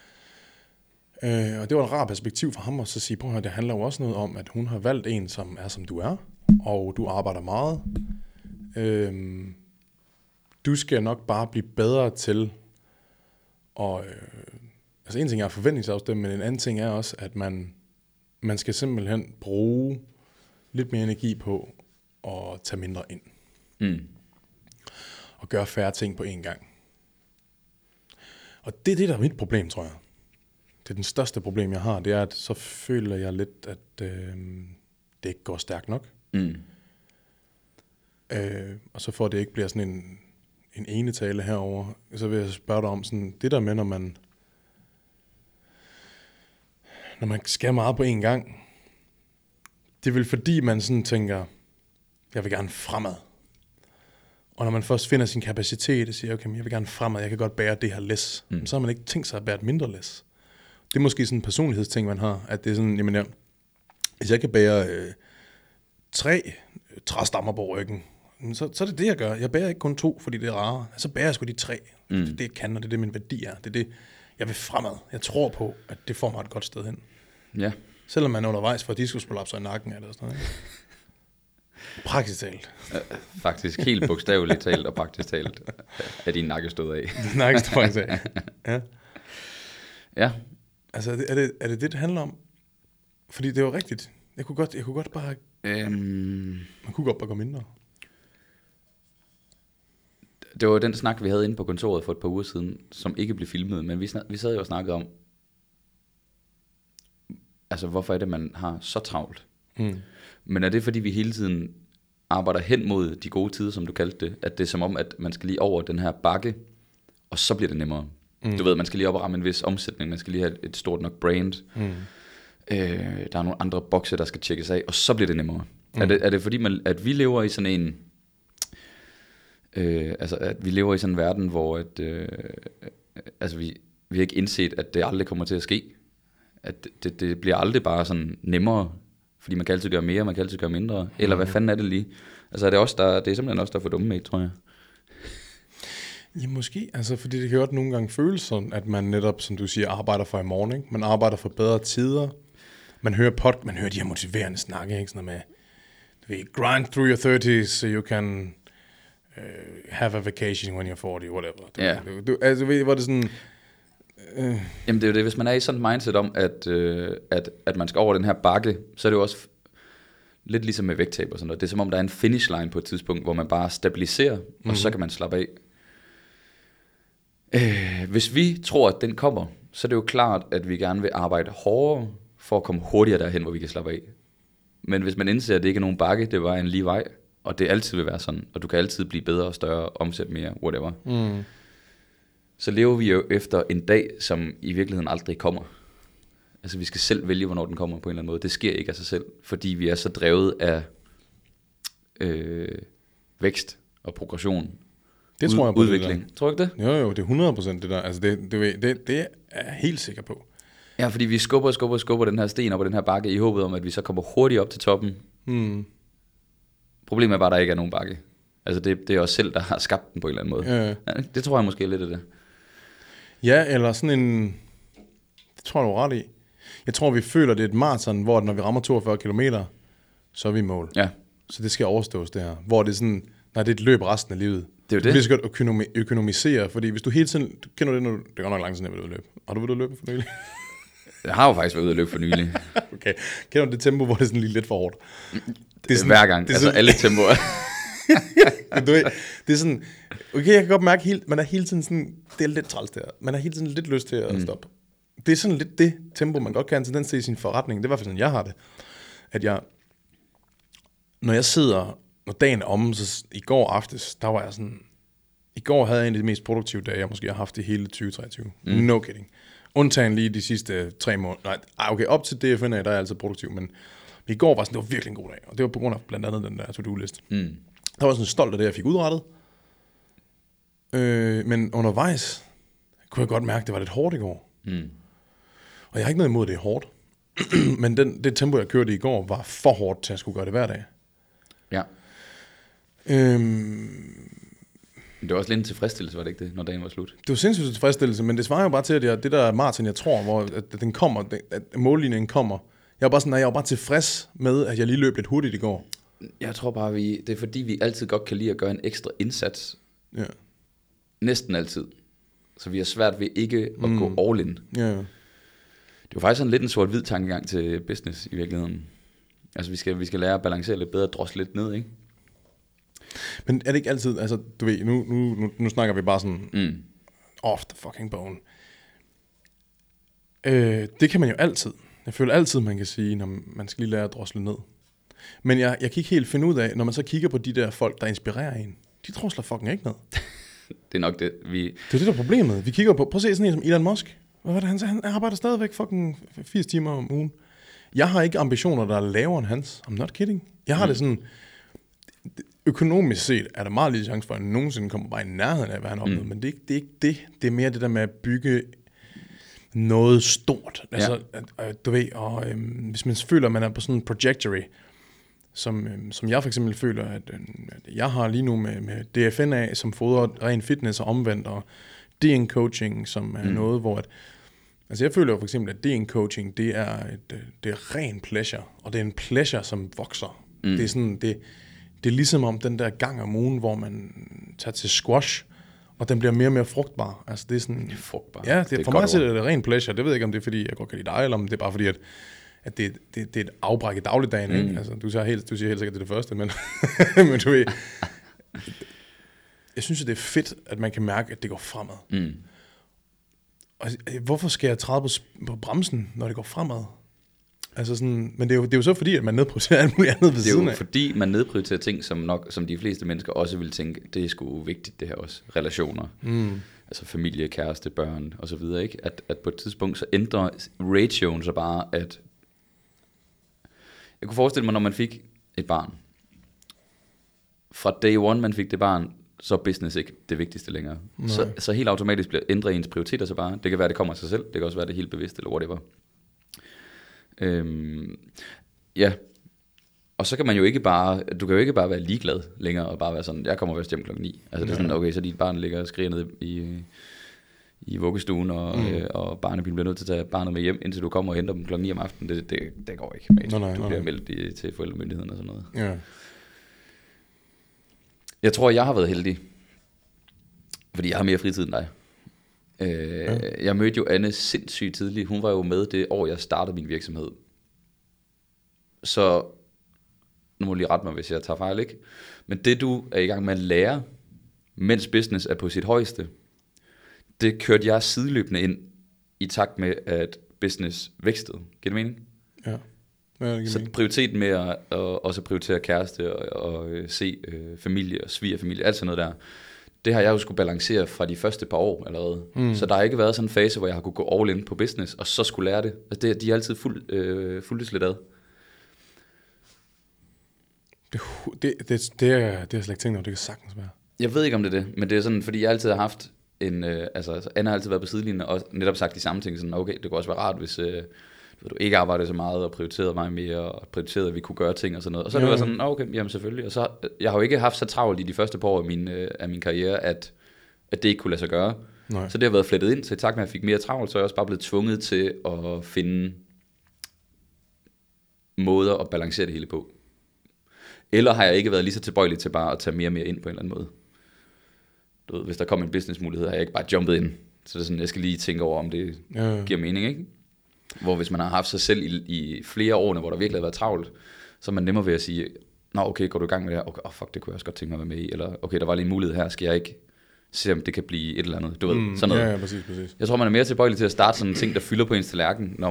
Og det var et rart perspektiv for ham at så sige, prøv at høre, det handler jo også noget om, at hun har valgt en, som er, som du er, og du arbejder meget. Du skal nok bare blive bedre til... Og altså en ting er forventningsafstemme, men en anden ting er også, at man skal simpelthen bruge lidt mere energi på at tage mindre ind. Mm. Og gøre færre ting på én gang. Og det er det, der er mit problem, tror jeg. Det er den største problem, jeg har. Det er, at så føler jeg lidt, at det ikke går stærkt nok. Mm. Og så får det ikke bliver sådan en ene tale herover, så vil jeg spørge dig om sådan, det der med, når man skal meget på én gang, det er vel fordi, man sådan tænker, jeg vil gerne fremad. Og når man først finder sin kapacitet og siger, okay, jeg vil gerne fremad, jeg kan godt bære det her læs, så har man ikke tænkt sig at bære et mindre læs. Det er måske sådan en personlighedsting, man har, at det er sådan, jamen hvis jeg kan bære 3 træstammer på ryggen, så er det det, jeg gør. Jeg bærer ikke kun 2, fordi det er rarere. Så bærer jeg sgu de 3. Det er det, jeg kan, og det er det, min værdi er. Det er det, jeg vil fremad. Jeg tror på, at det får mig et godt sted hen. Ja. Selvom man er undervejs for diskusprolapser i nakken eller sådan noget. Praktisk talt. Faktisk helt bogstaveligt talt og praktisk talt er din nakke stået af. Din nakke stået af. Ja. Ja. Altså, er det, det handler om? Fordi det er jo rigtigt. Jeg kunne godt bare... Man kunne godt bare gå mindre. Det var den snak, vi havde inde på kontoret for et par uger siden, som ikke blev filmet, men vi sad jo og snakkede om, altså hvorfor er det, man har så travlt? Mm. Men er det, fordi vi hele tiden arbejder hen mod de gode tider, som du kaldte det, at det er som om, at man skal lige over den her bakke, og så bliver det nemmere. Du ved, man skal lige op og ramme en vis omsætning, man skal lige have et stort nok brand, der er nogle andre bokse, der skal tjekkes af, og så bliver det nemmere. Er det fordi, at vi lever i sådan en... altså at vi lever i sådan en verden, hvor altså vi har ikke indset, at det aldrig kommer til at ske. At det bliver aldrig bare sådan nemmere, fordi man kan altid gøre mere, man kan altid gøre mindre. Eller hvad fanden er det lige? Altså er det er simpelthen også der for dumme med, tror jeg. Ja, måske. Altså fordi det kan godt nogle gange føles sådan, at man netop, som du siger, arbejder for i morgen, ikke? Man arbejder for bedre tider. Man hører de her motiverende snakke, ikke? Sådan med, grind through your 30s, so you can have a vacation when you're 40, whatever. Altså, hvor det sådan... Jamen det er jo det, hvis man er i sådan et mindset om, at man skal over den her bakke, så er det jo også lidt ligesom med vægttab og sådan noget. Det er som om, der er en finish line på et tidspunkt, hvor man bare stabiliserer, og så kan man slappe af. Hvis vi tror, at den kommer, så er det jo klart, at vi gerne vil arbejde hårdere, for at komme hurtigere derhen, hvor vi kan slappe af. Men hvis man indser, at det ikke er nogen bakke, det var en lige vej, og det altid vil være sådan, og du kan altid blive bedre og større, omsætte mere, whatever. Så lever vi jo efter en dag, som i virkeligheden aldrig kommer. Altså vi skal selv vælge, hvornår den kommer på en eller anden måde. Det sker ikke af sig selv, fordi vi er så drevet af vækst og progression. Det tror jeg på. Udvikling. Det tror du ikke det? Jo, det er 100% det der. Altså det er jeg helt sikker på. Ja, fordi vi skubber den her sten op på den her bakke, i håbet om, at vi så kommer hurtigt op til toppen. Problemet er bare, at der ikke er nogen bakke. Altså det er os selv, der har skabt den på en eller anden måde. Ja. Ja, det tror jeg måske er lidt af det. Ja, eller sådan en... Det tror jeg, du er ret i. Jeg tror, vi føler, det er et maraton, hvor når vi rammer 42 kilometer, så er vi i mål. Ja. Så det skal overstås, det her. Hvor det er sådan... Nej, det er et løb resten af livet. Det er jo det. Du skal godt økonomisere, fordi hvis du hele tiden... Kender du det, når du... Det går nok lang tid, at jeg vil løbe. Har du været ude at løbe for nylig? Jeg har jo faktisk været ude at løbe for nylig. Okay. Kender du det tempo, hvor det er sådan lige lidt for hårdt? Det er sådan, hver gang. Det er sådan, alle tempoer. Det er sådan... Okay, jeg kan godt mærke, man er hele tiden sådan... Det er lidt træls der. Man har hele tiden lidt lyst til at stoppe. Det er sådan lidt det tempo, man godt kan have en tendens til i sin forretning. Det er i hvert fald sådan, jeg har det. At jeg... Når dagen er omme, så i går aftes, der var jeg sådan... I går havde jeg en af de mest produktive dage, jeg måske har haft i hele 2023. No kidding. Undtagen lige de sidste 3 måneder. Nej, okay, op til DFNA, der er jeg altid produktiv, men i går var sådan, det var virkelig en god dag. Og det var på grund af blandt andet den der to-do-liste. Der var sådan stolt af det, jeg fik udrettet. Men undervejs kunne jeg godt mærke, at det var lidt hårdt i går. Og jeg har ikke noget imod, at det er hårdt. Men det tempo, jeg kørte i går, var for hårdt til at skulle gøre det hver dag. Ja. Det var også lidt en tilfredsstillelse, var det ikke det, når dagen var slut? Det var sindssygt tilfredsstillelse, men det svarer jo bare til, at det der maraton, jeg tror, hvor at den kommer, at mållinjen kommer. Jeg var bare sådan, jeg var bare tilfreds med, at jeg lige løb lidt hurtigt i går. Jeg tror bare, det er fordi, vi altid godt kan lide at gøre en ekstra indsats. Ja. Næsten altid. Så vi har svært ved ikke at gå all in. Ja. Det var faktisk sådan lidt en sort-hvid tankegang til business i virkeligheden. Altså vi skal lære at balancere lidt bedre, drosle lidt ned, ikke? Men er det ikke altid, altså du ved, nu snakker vi bare sådan off the fucking bone. Det kan man jo altid. Jeg føler altid, man kan sige, når man skal lige lære at drosle ned. Men jeg kan ikke helt finde ud af, når man så kigger på de der folk, der inspirerer en, de drosler fucking ikke ned. Det er nok det, vi... Det er det, der er problemet. Vi kigger på, prøv at se sådan en som Elon Musk. Hvad var det, han arbejder stadigvæk fucking 80 timer om ugen. Jeg har ikke ambitioner, der er lavere end hans. I'm not kidding. Jeg har det sådan... Økonomisk set er der meget lille chance for, at han nogensinde kommer bare i nærheden af, hvad han opnåede. Men det er ikke det. Det er mere det der med at bygge noget stort. Altså, du ved, og hvis man føler, at man er på sådan en trajectory, som jeg for eksempel føler, at jeg har lige nu med DFNA, som fodrer ren fitness og omvendt, og DN coaching, som er noget, hvor at, altså jeg føler jo for eksempel, at DN coaching, det er ren pleasure, og det er en pleasure, som vokser. Det er sådan, det er ligesom om den der gang om ugen, hvor man tager til squash, og den bliver mere og mere frugtbar. Altså det er sådan... Frugtbar. Ja, det for mig er det ren pleasure. Det ved jeg ikke, om det er, fordi jeg godt kan lide dig, eller om det er bare fordi, at det er et afbræk i dagligdagen. Ikke? Altså, du siger helt sikkert, det er det første, men, men du ved... Jeg synes, det er fedt, at man kan mærke, at det går fremad. Og hvorfor skal jeg træde på bremsen, når det går fremad? Altså sådan, men det er jo så fordi, at man nedprioriterer alt muligt andet ved siden af. Det er jo fordi, man nedprioriterer ting, som de fleste mennesker også vil tænke, det er sgu vigtigt det her også. Relationer, altså familie, kæreste, børn og så videre, ikke? At på et tidspunkt, så ændrer ratioen så bare, at jeg kunne forestille mig, når man fik et barn, fra day one, man fik det barn, så er business ikke det vigtigste længere. Så helt automatisk ændrer ens prioriteter så bare. Det kan være, det kommer af sig selv, det kan også være, det er helt bevidst, eller whatever. Ja, og så kan man jo ikke bare, du kan jo ikke bare være ligeglad længere og bare være sådan, jeg kommer først hjem 9:00. Altså det er sådan, okay, så dit barn ligger og skriger ned i vuggestuen, og barnebilen bliver nødt til at tage barnet med hjem, indtil du kommer og henter dem klokken 9 om aftenen. Det går ikke med. Du bliver meldt til forældremyndigheden og sådan noget. Ja. Jeg tror, jeg har været heldig, fordi jeg har mere fritid end dig. Jeg mødte jo Anne sindssygt tidligt. Hun var jo med det år, jeg startede min virksomhed. Så nu må du lige rette mig, hvis jeg tager fejl, ikke? Men det, du er i gang med at lære, mens business er på sit højeste, det kørte jeg sideløbende ind i takt med, at business vækstede. Giver det mening? Ja. Så prioriteten med at også prioritere kæreste og se familie og svigerfamilie, alt sådan noget der, det har jeg jo skulle balancere fra de første par år allerede. Så der har ikke været sådan en fase, hvor jeg har kunne gå all in på business, og så skulle lære det. Altså de er altid fuldt lidt ad. Det er jeg slet ikke tænkt over, det kan sagtens være. Jeg ved ikke, om det er det, men det er sådan, fordi jeg altid har haft Anna har altid været på sidelinjen og netop sagt de samme ting, sådan, okay, det kunne også være rart, hvis du ikke arbejdede så meget og prioriterede mig mere, og prioriterede, at vi kunne gøre ting og sådan noget. Og så er det var sådan, okay, jamen selvfølgelig. Og så, jeg har jo ikke haft så travlt i de første par år af min karriere, at det ikke kunne lade sig gøre. Nej. Så det har været flettet ind, så i takt med, at jeg fik mere travlt, så er jeg også bare blevet tvunget til at finde måder at balancere det hele på. Eller har jeg ikke været lige så tilbøjelig til bare at tage mere og mere ind på en eller anden måde. Du ved, hvis der kom en businessmulighed, har jeg ikke bare jumpet ind. Så det er sådan, jeg skal lige tænke over, om det giver mening, ikke? Hvor hvis man har haft sig selv i flere år, hvor der virkelig har været travlt, så er man nemmere ved at sige, nå okay, går du i gang med det her? Okay, fuck, det kunne jeg også godt tænke mig at være med i. Eller okay, der var lige en mulighed her, skal jeg ikke se, om det kan blive et eller andet. Du ved, sådan noget. Ja, præcis. Jeg tror, man er mere tilbøjelig til at starte sådan en ting, der fylder på ens tallerken, når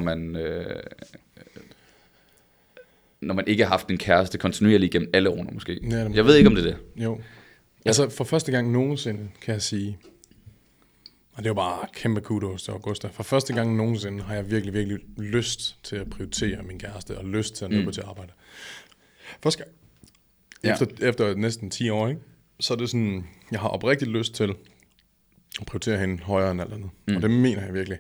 man ikke har haft en kæreste kontinuerligt igennem alle årene måske. Ja, jeg ved ikke, om det er det. Jo. Altså for første gang nogensinde, kan jeg sige, og det er jo bare kæmpe kudos til Augusta. For første gang nogensinde har jeg virkelig, virkelig lyst til at prioritere min kæreste, og lyst til at nå til at arbejde. Første gang, efter næsten 10 år, ikke? Så er det sådan, jeg har oprigtigt lyst til at prioritere hende højere end alt andet. Og det mener jeg virkelig.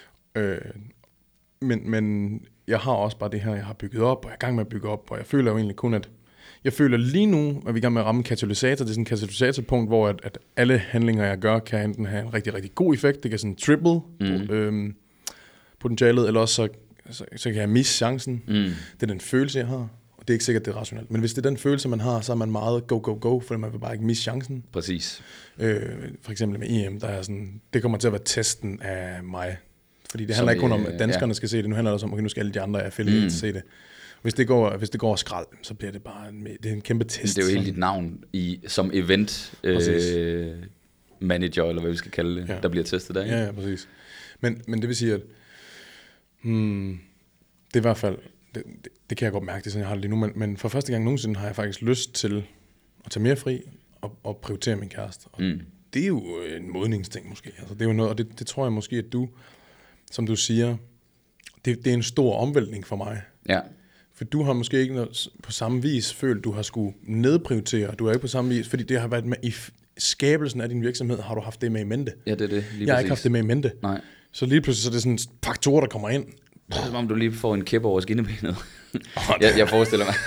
Men jeg har også bare det her, jeg har bygget op, og jeg er i gang med at bygge op, og jeg føler jo egentlig kun, at jeg føler lige nu, at vi er i gang med at ramme katalysator. Det er sådan en katalysatorpunkt, hvor at alle handlinger, jeg gør, kan enten have en rigtig, rigtig god effekt. Det kan sådan triple potentialet, eller også så kan jeg misse chancen. Det er den følelse, jeg har. Og det er ikke sikkert, det er rationelt. Men hvis det er den følelse, man har, så er man meget go, for man vil bare ikke misse chancen. Præcis. For eksempel med EM, der er sådan, det kommer til at være testen af mig. Fordi det handler ikke kun om, at danskerne skal se det. Nu handler det også om, at nu skal alle de andre affiliates se det. Hvis det går skrald, så bliver det bare det er en kæmpe test. Det er jo hele dit navn som event manager, eller hvad vi skal kalde det, der bliver testet der. Ja, præcis. Men det vil sige, at det er i hvert fald, det kan jeg godt mærke, det sådan, jeg har det lige nu, men for første gang nogensinde har jeg faktisk lyst til at tage mere fri og prioritere min kæreste. Og det er jo en modningsting måske. Altså, det er jo noget, og det tror jeg måske, at du, som du siger, det er en stor omvæltning for mig. Ja. For du har måske ikke på samme vis følt, du har skulle nedprioritere. Du er ikke på samme vis, fordi det har været med i skabelsen af din virksomhed, har du haft det med i mente. Ja, det er det. Jeg har ikke haft det med i mente. Nej. Så lige pludselig så er det sådan faktorer, der kommer ind. Det er som om, du lige får en kæppe over skinnebenet. Jeg forestiller mig.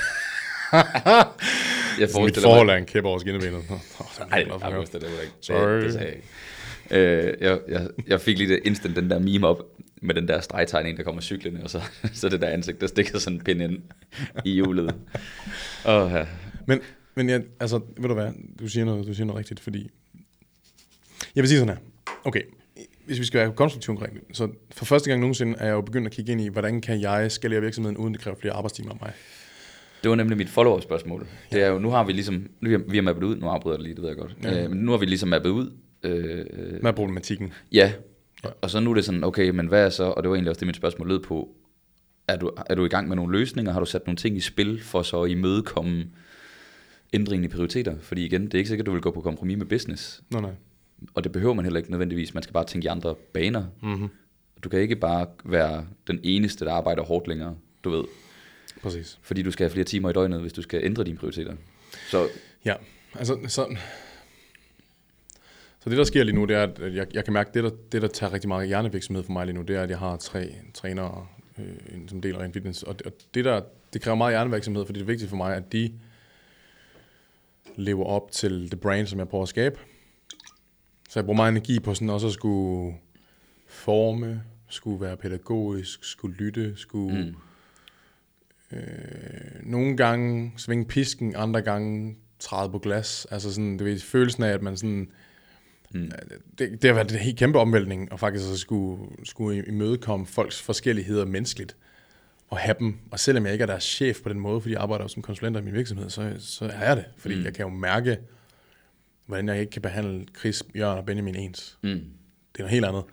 Mit forhold er en kæppe over skinnebenet. Nej, det var ikke. Sorry. Det sagde jeg ikke. Jeg fik lige instant den der meme op, med den der stregtegning, der kommer cyklende, og så det der ansigt, der stikker sådan en pind ind i hjulet. Ja. Men jeg, altså, ved du hvad, du siger noget rigtigt, fordi jeg vil sige sådan her, okay, hvis vi skal være konstruktivt omkring det, så for første gang nogensinde er jeg jo begyndt at kigge ind i, hvordan kan jeg skalere virksomheden, uden det kræver flere arbejdstimer af mig. Det var nemlig mit follow-up-spørgsmål. Det er jo, nu har vi ligesom, vi har mappet ud, nu afbryder jeg det lige, det ved jeg godt, men nu har vi ligesom mappet ud. Med problematikken. Ja, og så nu er det sådan, okay, men hvad er så, og det var egentlig også det, mit spørgsmål lød på, er du i gang med nogle løsninger, har du sat nogle ting i spil, for så at imødekomme ændringen i prioriteter? Fordi igen, det er ikke sikkert, at du vil gå på kompromis med business. Nej. Og det behøver man heller ikke nødvendigvis, man skal bare tænke i andre baner. Du kan ikke bare være den eneste, der arbejder hårdt længere, du ved. Præcis. Fordi du skal have flere timer i døgnet, hvis du skal ændre dine prioriteter. Så ja, altså så det, der sker lige nu, det er, at jeg kan mærke, det der tager rigtig meget hjernevirksomhed for mig lige nu, det er, at jeg har 3 trænere, som deler ren fitness. Og det kræver meget hjernevirksomhed, fordi det er vigtigt for mig, at de lever op til det brand, som jeg prøver at skabe. Så jeg bruger meget energi på sådan også at skulle forme, skulle være pædagogisk, skulle lytte, skulle nogle gange svinge pisken, andre gange træde på glas. Altså sådan, du ved, følelsen af, at man sådan... Det har været en helt kæmpe omvæltning, og faktisk så skulle imødekomme folks forskelligheder menneskeligt, og have dem. Og selvom jeg ikke er deres chef på den måde, fordi jeg arbejder som konsulenter i min virksomhed, så er jeg det. Fordi jeg kan jo mærke, hvordan jeg ikke kan behandle Chris, Jørgen og Benjamin ens. Det er noget helt andet.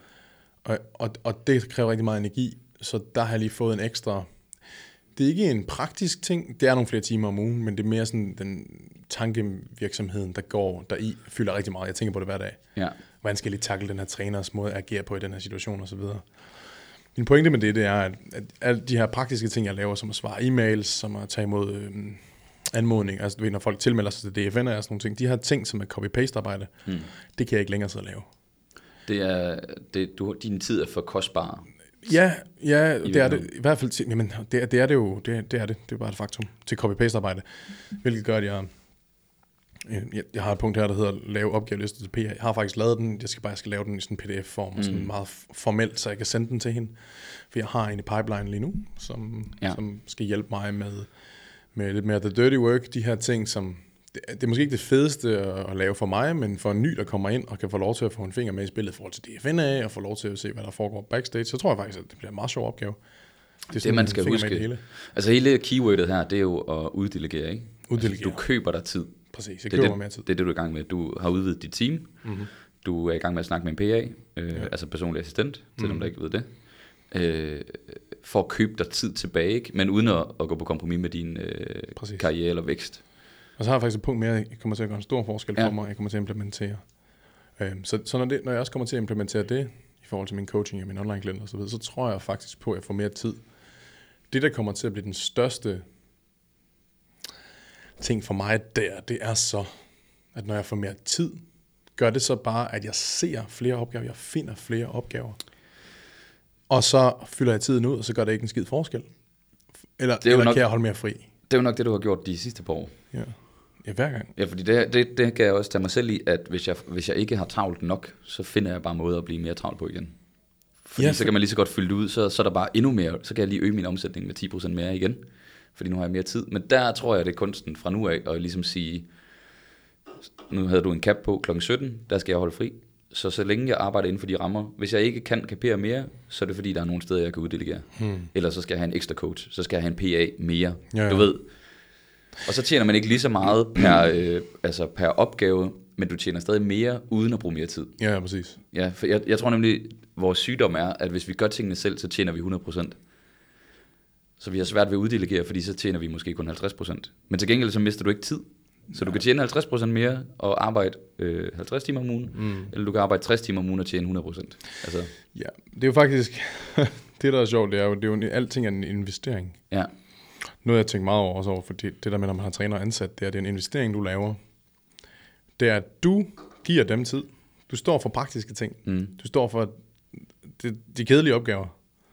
Og det kræver rigtig meget energi, så der har jeg lige fået en ekstra... Det er ikke en praktisk ting, det er nogle flere timer om ugen, men det er mere sådan den tankevirksomheden, der i fylder rigtig meget. Jeg tænker på det hver dag. Ja. Hvordan skal jeg lige tackle den her træners måde at agere på i den her situation og så videre. Min pointe med det er, at alle de her praktiske ting, jeg laver, som at svare e-mails, som at tage imod anmodning, altså du ved, når folk tilmelder sig til DFN og sådan nogle ting, de her ting, som er copy-paste-arbejde, det kan jeg ikke længere sidde og lave. Din tid er for kostbar. Ja, det er det. I hvert fald, jamen, det er det jo. Det er det. Det er bare et faktum til copy-paste-arbejde. Hvilket gør, at jeg har et punkt her, der hedder lave opgaveliste til PA. Jeg har faktisk lavet den. Jeg skal lave den i sådan en pdf-form, og sådan meget formelt, så jeg kan sende den til hende. For jeg har en i pipeline lige nu, som skal hjælpe mig med lidt mere the dirty work. De her ting, som... Det er måske ikke det fedeste at lave for mig, men for en ny, der kommer ind og kan få lov til at få en finger med i spillet i forhold til DFNA, og få lov til at se, hvad der foregår backstage, så tror jeg faktisk, at det bliver en meget sjov opgave. Det man skal huske. Altså hele keywordet her, det er jo at uddelegere, ikke? Altså, du køber dig tid. Præcis, jeg køber mere tid. Det er det, du er i gang med. Du har udvidet dit team. Du er i gang med at snakke med en PA, altså personlig assistent, til dem, der ikke ved det. For at købe dig tid tilbage, ikke? Men uden at gå på kompromis med din karriere eller vækst. Og så har jeg faktisk et punkt mere, jeg kommer til at gøre en stor forskel for mig, jeg kommer til at implementere. Så når jeg også kommer til at implementere det, i forhold til min coaching og min online klienter og så videre, så tror jeg faktisk på, at jeg får mere tid. Det, der kommer til at blive den største ting for mig det er så, at når jeg får mere tid, gør det så bare, at jeg ser flere opgaver, jeg finder flere opgaver. Og så fylder jeg tiden ud, og så gør det ikke en skid forskel. Eller kan jeg holde mere fri. Det er jo nok det, du har gjort de sidste par år. Ja, hver gang. Ja, fordi det kan jeg også tage mig selv i, at hvis jeg ikke har travlt nok, så finder jeg bare måder at blive mere travlt på igen. Fordi så kan man lige så godt fylde det ud, så er der bare endnu mere, så kan jeg lige øge min omsætning med 10% mere igen, fordi nu har jeg mere tid. Men der tror jeg, det er kunsten fra nu af, at ligesom sige, nu havde du en cap på kl. 17, der skal jeg holde fri. Så længe jeg arbejder inden for de rammer, hvis jeg ikke kan kapere mere, så er det fordi, der er nogle steder, jeg kan uddelegere. Eller så skal jeg have en ekstra coach, så skal jeg have en PA mere, du ved. Og så tjener man ikke lige så meget per opgave, men du tjener stadig mere, uden at bruge mere tid. Ja, præcis. Ja, for jeg tror nemlig, vores sygdom er, at hvis vi gør tingene selv, så tjener vi 100%. Så vi har svært ved at uddelegere, fordi så tjener vi måske kun 50%. Men til gengæld så mister du ikke tid. Så du kan tjene 50% mere og arbejde 50 timer om ugen, eller du kan arbejde 60 timer om ugen og tjene 100%. Altså. Ja, det er jo faktisk, det der er sjovt, det er jo alting er en investering. Ja. Noget jeg tænker meget over, for det der med, når man har træner og ansat, det er en investering, du laver. Det er, at du giver dem tid. Du står for praktiske ting. Du står for de kedelige opgaver.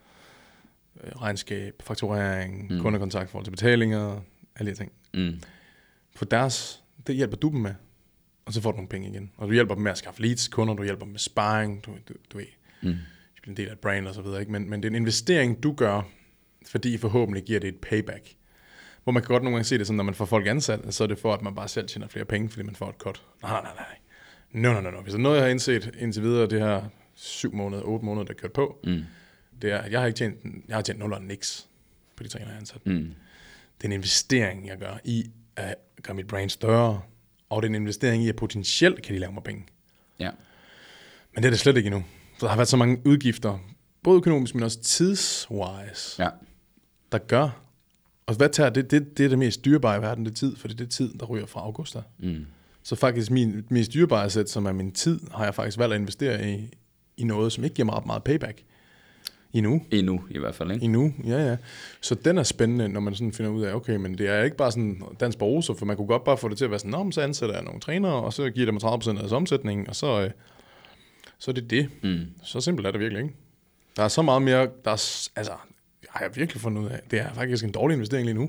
Regnskab, fakturering, kundekontakt, forhold til betalinger, alle de ting. For det hjælper du dem med, og så får du nogle penge igen. Og du hjælper dem med at skaffe leads, kunder, du hjælper dem med sparring, du ved, de bliver en del af et brand og så videre, ikke? Men det er en investering, du gør, fordi forhåbentlig giver det et payback. Hvor man kan godt nogle gange se det sådan, når man får folk ansat, så er det for, at man bare selv tjener flere penge, fordi man får et cut. Nej. No. Hvis der er noget, jeg har indset indtil videre, det her 7 måneder, 8 måneder, der er kørt på, det er, at jeg har tjent 0 og niks på de træner, jeg har ansat. Det er en investering, jeg gør i at gøre mit brand større, og det er en investering i, at potentielt kan de lave mig penge. Ja. Men det er det slet ikke endnu. For der har været så mange udgifter, både økonomisk, men også tidswise, der gør. Og hvad tager det? Det er det mest dyrebare i verden, det er tid, for det er tid, der ryger fra august. Så faktisk min mest dyrebare sæt, som er min tid, har jeg faktisk valgt at investere i noget, som ikke giver mig ret meget payback. Endnu i hvert fald, ikke? Endnu, ja. Så den er spændende, når man sådan finder ud af, okay, men det er ikke bare sådan dans på roser, for man kunne godt bare få det til at være sådan, så ansætter jeg nogle trænere, og så giver det mig 30% af deres omsætning, og så er det det. Så simpelt er det virkelig, ikke? Der er så meget mere, har jeg virkelig fundet ud af, det er faktisk en dårlig investering lige nu,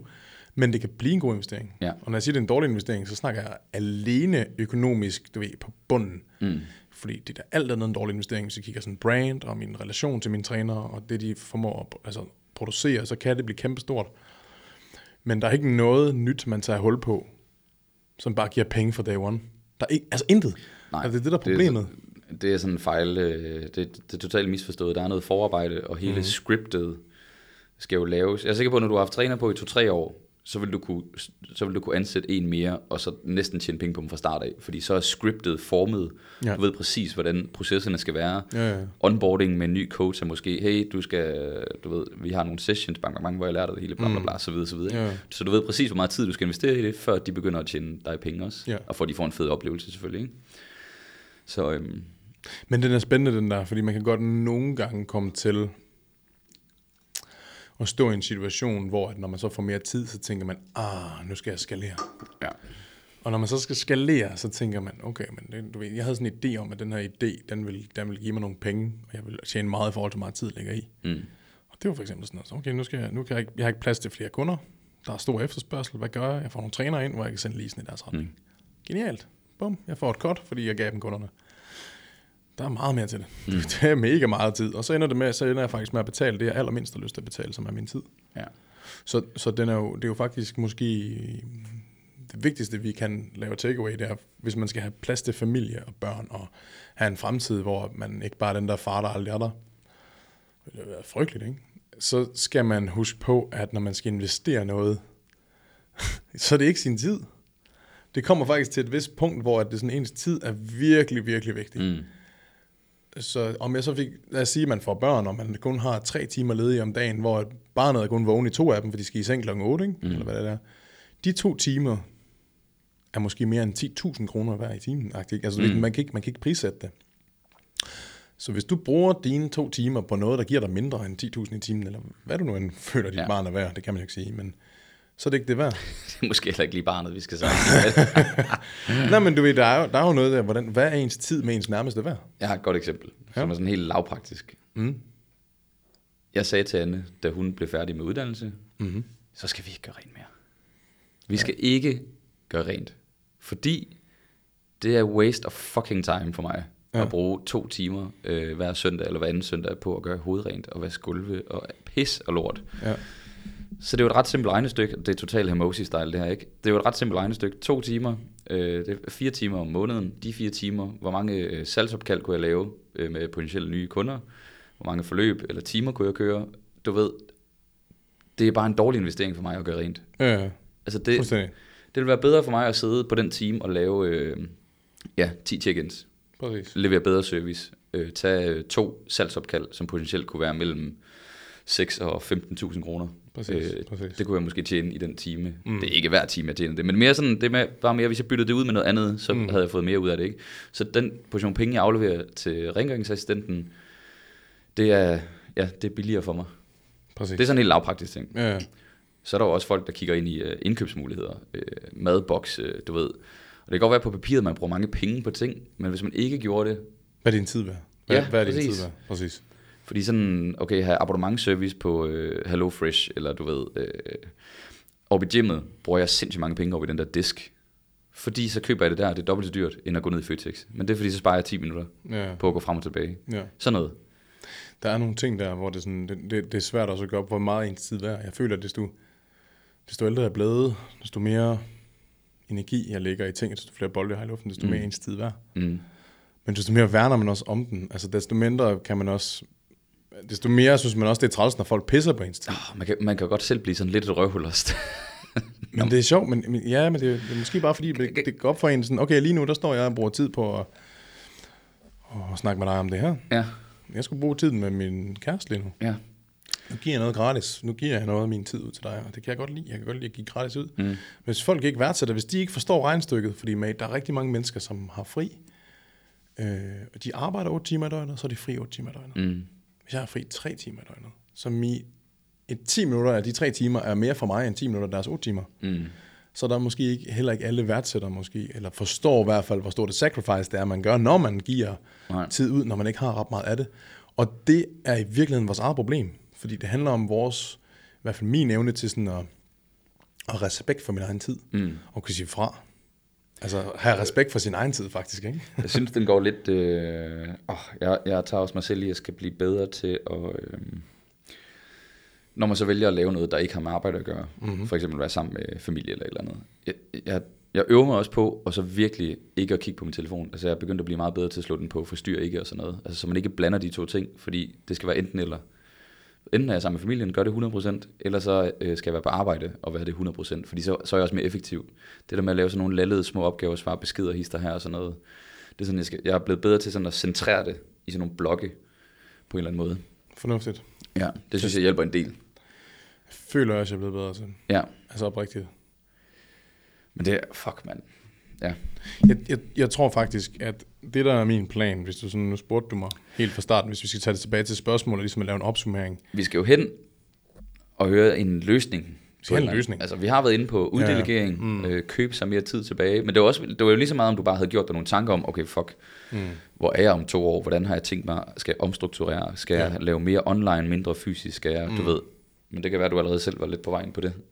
Men det kan blive en god investering. Ja. Og når jeg siger, det er en dårlig investering, så snakker jeg alene økonomisk, på bunden. Fordi det er da alt andet en dårlig investering, hvis jeg kigger sådan brand og min relation til mine trænere, og det de formår at producere, så kan det blive kæmpestort. Men der er ikke noget nyt, man tager hul på, som bare giver penge for day one. Der er ikke, intet. Nej, altså, det er det, der er problemet. Det er sådan en fejl. Det er totalt misforstået. Der er noget forarbejde, og hele scriptet skal jo laves. Jeg er sikker på, at når du har haft træner på i 2-3 år, så vil du kunne ansætte en mere, og så næsten tjene penge på dem fra start af. Fordi så er scriptet formet. Ja. Du ved præcis, hvordan processerne skal være. Ja. Onboarding med en ny coach er måske, hey, vi har nogle sessions, hvor jeg lærer dig det hele, bla bla bla, så videre. Ja. Så du ved præcis, hvor meget tid du skal investere i det, før de begynder at tjene dig penge også. Ja. Og for at de får en fed oplevelse selvfølgelig. Ikke? Så, Men den er spændende, den der, fordi man kan godt nogle gange komme til at stå i en situation, hvor at når man så får mere tid, så tænker man, nu skal jeg skalere. Ja. Og når man så skal skalere, så tænker man, okay, men jeg havde sådan en idé om, at den her idé, den vil give mig nogle penge, og jeg vil tjene meget i forhold til meget tid, ligger i. Og det var for eksempel sådan noget, så okay, jeg har ikke plads til flere kunder, der er stor efterspørgsel, hvad gør jeg? Jeg får nogle trænere ind, hvor jeg kan sende leasen i deres retning. Genialt. Bum, jeg får et cut, fordi jeg gav dem kunderne. Der er meget mere til det. Det er mega meget tid. Og så ender jeg faktisk med at betale det, jeg allermindst har lyst til at betale, som er min tid. Ja. Så det er jo faktisk måske det vigtigste, vi kan lave takeaway, det er, hvis man skal have plads til familie og børn, og have en fremtid, hvor man ikke bare er den der far, der aldrig er der. Det vil være frygteligt, ikke? Så skal man huske på, at når man skal investere noget, så er det ikke sin tid. Det kommer faktisk til et vist punkt, hvor det sådan, ens tid er virkelig, virkelig vigtig. Så om jeg så fik, lad os sige, at man får børn, og man kun har 3 timer ledige om dagen, hvor barnet er kun vågen i 2 af dem, for de skal i seng kl. 8, ikke? Eller hvad det er. De 2 timer er måske mere end 10.000 kroner hver i timen. Altså, man kan ikke prissætte det. Så hvis du bruger dine 2 timer på noget, der giver dig mindre end 10.000 i timen, eller hvad du nu end føler, dit barn er værd, det kan man jo ikke sige, men så er det ikke det værd. Det er måske heller ikke lige barnet, vi skal sige. Nej, men du ved, der er jo noget der, hvad er ens tid med ens nærmeste værd? Jeg har et godt eksempel, som er sådan helt lavpraktisk. Jeg sagde til Anne, da hun blev færdig med uddannelse, så skal vi ikke gøre rent mere. Vi skal ikke gøre rent, fordi det er waste of fucking time for mig at bruge 2 timer hver søndag eller hver anden søndag på at gøre hovedrent og vaske gulve og pis og lort. Ja. Så det er jo et ret simpelt regnestykke. Det er totalt Hermosi-style, det her, ikke? Det er jo et ret simpelt regnestykke. 2 timer, det er 4 timer om måneden. De 4 timer, hvor mange salgsopkald kunne jeg lave med potentielle nye kunder? Hvor mange forløb eller timer kunne jeg køre? Du ved, det er bare en dårlig investering for mig at gøre rent. Ja. Altså det vil være bedre for mig at sidde på den time og lave 10 check-ins. Præcis. Levere bedre service. Tage 2 salgsopkald, som potentielt kunne være mellem 6 og 15.000 kroner. Præcis. Det kunne jeg måske tjene i den time. Det er ikke hver time, jeg tjener det. Men mere sådan, det med, bare mere, hvis jeg byttede det ud med noget andet, så havde jeg fået mere ud af det, ikke? Så den portion penge, jeg afleverer til rengøringsassistenten, det er billigere for mig. Præcis. Det er sådan en helt lavpraktisk ting. Ja. Så er der jo også folk, der kigger ind i indkøbsmuligheder. Madboks, du ved. Og det kan godt være på papiret, man bruger mange penge på ting, men hvis man ikke gjorde det... Hvad er din tid værd? Hvad er din tid værd? Præcis. Fordi sådan, okay, have abonnementsservice på HelloFresh, eller du ved, oppe i gymmet bruger jeg sindssygt mange penge over i den der disk. Fordi så køber jeg det der, det er dobbelt så dyrt, end at gå ned i Føtex. Men det er fordi, så sparer jeg 10 minutter på at gå frem og tilbage. Ja. Sådan noget. Der er nogle ting der, hvor det, sådan, det er svært også at gøre op, hvor meget ens tid værd. Jeg føler, at desto ældre jeg er blevet, desto mere energi jeg lægger i ting, desto flere bolde jeg har i luften, desto mere ens tid værd. Men desto mere værner man også om den. Altså desto mindre kan man også... Desto mere synes man også, det er træls, når folk pisser på ens tid. Man kan godt selv blive sådan lidt et røvhul også. Men det er sjovt, men det er måske bare fordi, det går op for en sådan, okay, lige nu, der står jeg og bruger tid på at snakke med dig om det her. Ja. Jeg skulle bruge tiden med min kæreste lige nu. Ja. Nu giver jeg noget gratis. Nu giver jeg noget af min tid ud til dig, og det kan jeg godt lide. Jeg kan godt lide at give gratis ud. Hvis folk ikke værdsætter, hvis de ikke forstår regnstykket, fordi der er rigtig mange mennesker, som har fri, de arbejder 8 timer i døgnet, så er de fri 8 timer i døgnet. Hvis jeg har fri 3 timer i døgnet, så 10 minutter af de 3 timer er mere for mig end 10 minutter af deres 8 timer. Så der er måske heller ikke alle værdsætter måske, eller forstår i hvert fald, hvor stort det sacrifice det er, man gør, når man giver tid ud, når man ikke har ret meget af det. Og det er i virkeligheden vores eget problem, fordi det handler om vores, i hvert fald min evne til sådan Og respekt for min egen tid. Og kunne sige fra. Altså, have respekt for sin egen tid, faktisk, ikke? Jeg synes, den går lidt... Jeg tager også mig selv i, at jeg skal blive bedre til at... når man så vælger at lave noget, der ikke har med arbejde at gøre, for eksempel være sammen med familie eller et eller andet. Jeg øver mig også på, og så virkelig ikke at kigge på min telefon. Altså, jeg er begyndt at blive meget bedre til at slå den på, forstyr ikke og sådan noget. Altså, så man ikke blander de to ting, fordi det skal være enten eller. Enten er jeg sammen med familien, gør det 100%, eller så skal jeg være på arbejde og være det 100%, fordi så er jeg også mere effektiv. Det der med at lave sådan nogle lallede små opgaver, svare beskeder, hister her og sådan noget, det er sådan, jeg er blevet bedre til sådan at centrere det i sådan nogle blokke på en eller anden måde. Fornuftigt. Ja, det synes jeg hjælper en del. Jeg føler også, jeg er blevet bedre til. Ja. Altså oprigtigt. Men det er, fuck mand. Ja. Jeg tror faktisk, at det der er min plan, hvis du sådan, nu spurgte du mig helt fra starten, hvis vi skal tage det tilbage til spørgsmålet, ligesom at lave en opsummering. Vi skal jo hen og høre en løsning. Altså, vi har været inde på uddelegering, købe sig mere tid tilbage, men det var jo lige så meget, om du bare havde gjort dig nogle tanker om, okay, fuck, hvor er jeg om 2 år, hvordan har jeg tænkt mig, skal jeg omstrukturere, skal jeg lave mere online, mindre fysisk, skal jeg, du ved, men det kan være, at du allerede selv var lidt på vejen på det.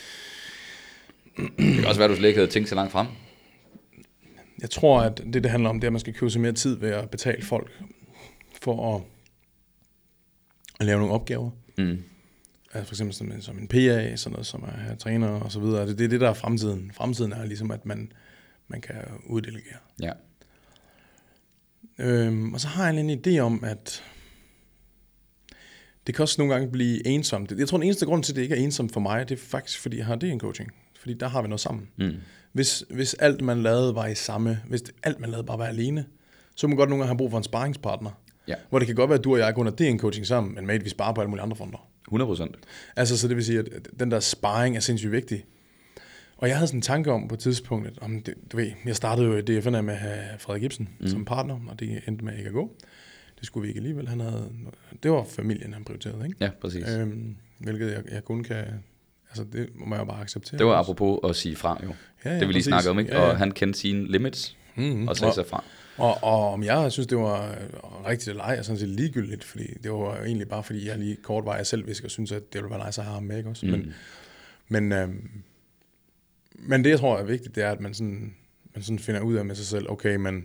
Det kan også være, at du slet ikke havde tænkt så langt frem. Jeg tror, at det handler om, det er, at man skal købe sig mere tid ved at betale folk for at lave nogle opgaver. Altså for eksempel som en PA, sådan noget som er træner og så videre. Det er det, der er fremtiden. Fremtiden er ligesom, at man kan uddelegere. Ja. Og så har jeg en idé om, at det kan også nogle gange blive ensomt. Jeg tror, den eneste grund til, at det ikke er ensomt for mig, det er faktisk, fordi jeg har DN-coaching. Fordi der har vi noget sammen. Hvis alt man lavede var i samme, hvis alt man lavede bare var alene, så må man godt nogle gange have brug for en sparringspartner. Ja. Hvor det kan godt være, at du og jeg går under DN-coaching sammen, men mate, vi sparer på alle mulige andre fronter. 100%. Altså, så det vil sige, at den der sparring er sindssygt vigtig. Og jeg havde sådan en tanke om på et tidspunkt, om det, du ved, jeg startede jo i DFN med at have Frederik Ibsen som partner, og det endte med ikke at gå. Det skulle vi ikke alligevel. Det var familien, han prioriterede, ikke? Ja, præcis. Hvilket jeg kun kan... Altså, det må jeg bare acceptere. Det var apropos at sige fra, jo. Ja, det vi lige snakkede om, ikke? Ja. Og han kendte sine limits, og sagde sig fra. Og om jeg synes, det var rigtigt eller ej, er sådan set ligegyldigt, fordi det var jo egentlig bare, fordi jeg lige kort var jeg selv visker, og synes, at det ville være nice at have ham med, ikke også? Men det, jeg tror er vigtigt, det er, at man sådan finder ud af med sig selv, okay, men...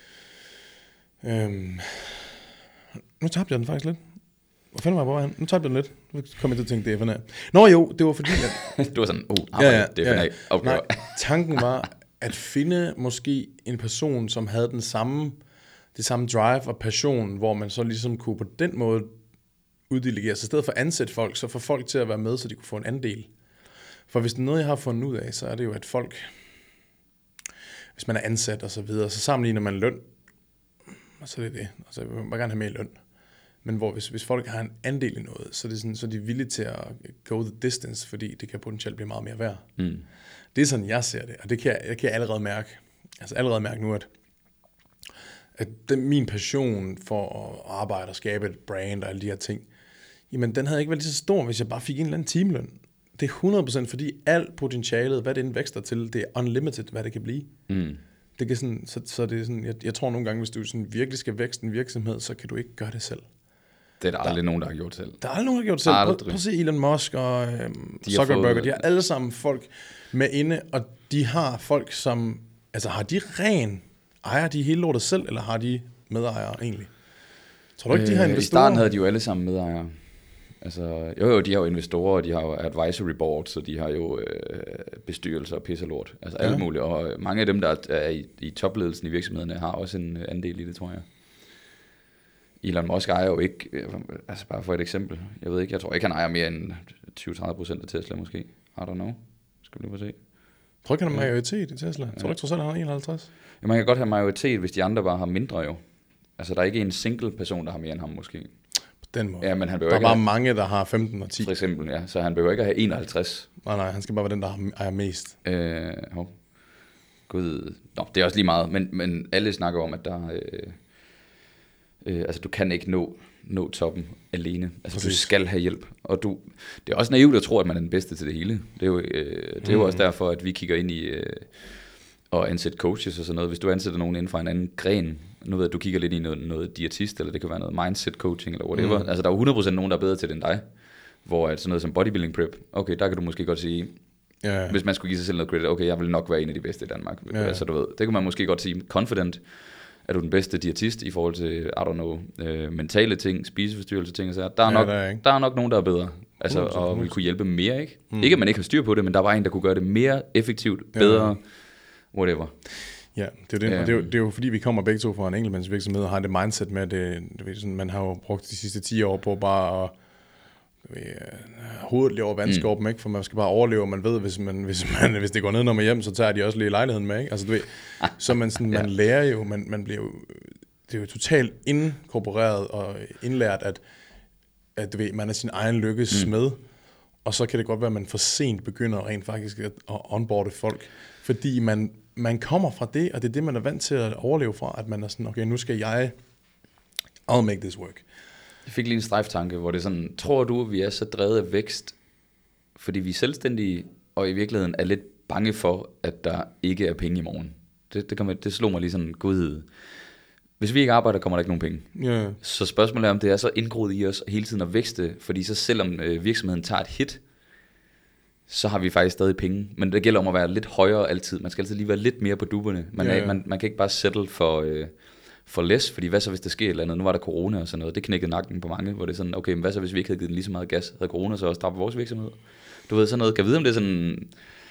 nu tabte jeg den faktisk lidt. Hvor fanden var jeg på vejen? Nu tabte jeg den lidt. Nu kom jeg til at tænke DFNA. Nå jo, det var fordi, at... Du var sådan, arbejde DFNA. Okay. Nej, tanken var at finde måske en person, som havde det samme drive og passion, hvor man så ligesom kunne på den måde uddelegere. Så i stedet for at ansætte folk, så få folk til at være med, så de kunne få en andel. For hvis det er noget, jeg har fundet ud af, så er det jo, at folk, hvis man er ansat og så videre, så sammenligner man løn, og så er det. Altså, jeg vil gerne have mere løn. Men hvor hvis folk har en andel i noget, så er det sådan, så er de villige til at go the distance, fordi det kan potentielt blive meget mere værd. Det er sådan, jeg ser det, og det kan jeg allerede mærke. Altså allerede mærke nu, at min passion for at arbejde og skabe et brand og alle de her ting, jamen den havde ikke været lige så stor, hvis jeg bare fik en eller anden timeløn. Det er 100%, fordi alt potentialet, hvad det end vækster til, det er unlimited, hvad det kan blive. Det kan sådan, så det er sådan, jeg tror nogle gange, hvis du sådan virkelig skal vækste en virksomhed, så kan du ikke gøre det selv. Det er der aldrig nogen, der har gjort selv. Der er aldrig nogen, der har gjort selv. Prøv at se Elon Musk og Zuckerberg, de har alle sammen folk med inde, og de har folk, som, altså har de ejer de hele lortet selv, eller har de medejere egentlig? Tror du ikke, de har investorer? I starten havde de jo alle sammen medejere. Altså, jo, de har jo investorer, og de har jo advisory boards, og de har jo bestyrelser og pisselort. Altså alt muligt, og mange af dem, der er i topledelsen i virksomhederne, har også en andel i det, tror jeg. Elon Musk ejer jo ikke, altså bare for et eksempel, jeg tror ikke, han ejer mere end 20-30% af Tesla måske. I don't know. Skal vi lige se. Tror ikke, han har majoritet i Tesla? Tror du ikke, han har 51? Ja, man kan godt have majoritet, hvis de andre bare har mindre jo. Altså, der er ikke en single person, der har mere end ham måske. På den måde. Ja, men han der er bare mange, der har 15 og 10. For eksempel, ja. Så han behøver ikke at have 51. Nej, han skal bare være den, der ejer mest. Gud. Nå, det er også lige meget. Men alle snakker om, at der... altså, du kan ikke nå toppen alene. Altså, du skal have hjælp. Og det er også naivt at tro, at man er den bedste til det hele. Det er jo også derfor, at vi kigger ind i at ansætte coaches og sådan noget. Hvis du ansætter nogen inden for en anden gren, nu ved jeg, at du kigger lidt i noget diætist, eller det kan være noget mindset coaching, eller whatever. Altså, der er jo 100% nogen, der er bedre til det end dig. Hvor sådan noget som bodybuilding prep, okay, der kan du måske godt sige, Ja. Hvis man skulle give sig selv noget credit, okay, jeg vil nok være en af de bedste i Danmark. Ja. Altså, du ved, det kunne man måske godt sige, confident, er du den bedste diætist i forhold til, I don't know, mentale ting, spiseforstyrrelse ting, og så der er nok nogen, der er bedre. Altså, 100%. Og vi kunne hjælpe mere, ikke? Ikke at man ikke har styr på det, men der var en, der kunne gøre det mere effektivt, bedre, whatever. Ja, det er det. Og det er jo fordi, vi kommer begge to fra en enkeltmandsvirksomhed og har det mindset med, at det, sådan, man har jo brugt de sidste 10 år på bare at hovedet lige over vandskorpen, ikke? For man skal bare overleve, og man ved, hvis det går ned, når man hjem, så tager de også lige lejligheden med, ikke? Altså, du ved, så man, sådan, man lærer jo, man bliver jo, det er jo totalt inkorporeret og indlært, at du ved, man er sin egen lykkes med, og så kan det godt være, at man for sent begynder rent faktisk at onboarde folk, fordi man kommer fra det, og det er det, man er vant til at overleve fra, at man er sådan, okay, nu skal I'll make this work. Jeg fik lige en strejftanke, hvor det er sådan, tror du, at vi er så drevet af vækst, fordi vi er selvstændige, og i virkeligheden er lidt bange for, at der ikke er penge i morgen? Det slog mig lige sådan en godhed. Hvis vi ikke arbejder, kommer der ikke nogen penge. Yeah. Så spørgsmålet er, om det er så indgroet i os hele tiden at vækste, fordi så selvom virksomheden tager et hit, så har vi faktisk stadig penge. Men det gælder om at være lidt højere altid. Man skal altid lige være lidt mere på dupperne. Man kan ikke bare settle for less, fordi hvad så hvis der sker et eller andet? Nu var der corona og sådan noget. Det knækkede nakken på mange, hvor det er sådan, okay, men hvad så hvis vi ikke havde givet den lige så meget gas? Havde corona så også dræbt vores virksomhed? Du ved sådan noget. Kan vide, om det er sådan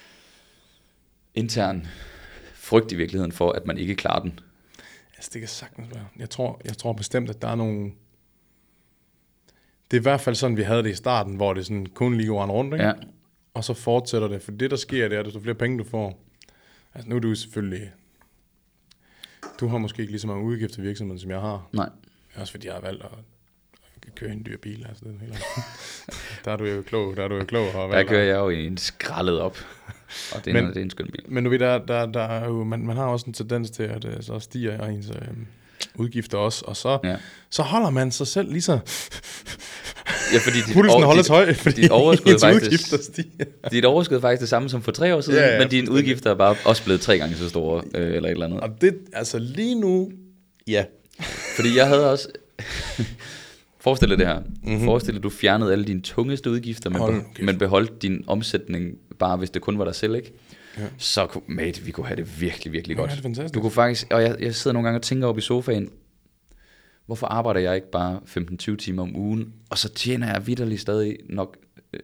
intern frygt i virkeligheden for, at man ikke klarer den? Altså, det kan sagtens være. Jeg tror bestemt, at der er nogle... Det er i hvert fald sådan, vi havde det i starten, hvor det sådan kun lige går rundt, ikke? Ja. Og så fortsætter det. For det, der sker, det er, at desto flere penge du får. Altså, nu er du selvfølgelig... Du har måske ikke lige så mange udgifter til virksomheden, som jeg har. Nej. Også fordi jeg har valgt at køre en dyr bil. Altså, der er du jo klog. Der kører jeg jo i en skrællet op. Og det er en skøn bil. Men nu ved der er jo, man har også en tendens til, at så stiger ens udgifter også. Og så holder man sig selv lige så... Ja, fordi pulsen holdes høj, fordi dit overskud udgifter stiger. Dit overskud er faktisk det samme som for 3 år siden, men dine udgifter er bare også blevet 3 gange så store, eller et eller andet. Og det, altså lige nu, ja. Fordi jeg havde også... Forestil dig det her. Forestil dig, at du fjernede alle dine tungeste udgifter, men beholdt din omsætning, bare hvis det kun var dig selv, ikke? Ja. Så mate, vi kunne have det virkelig, virkelig godt. Det du kunne faktisk, og jeg sidder nogle gange og tænker op i sofaen, hvorfor arbejder jeg ikke bare 15-20 timer om ugen, og så tjener jeg vitterligt stadig nok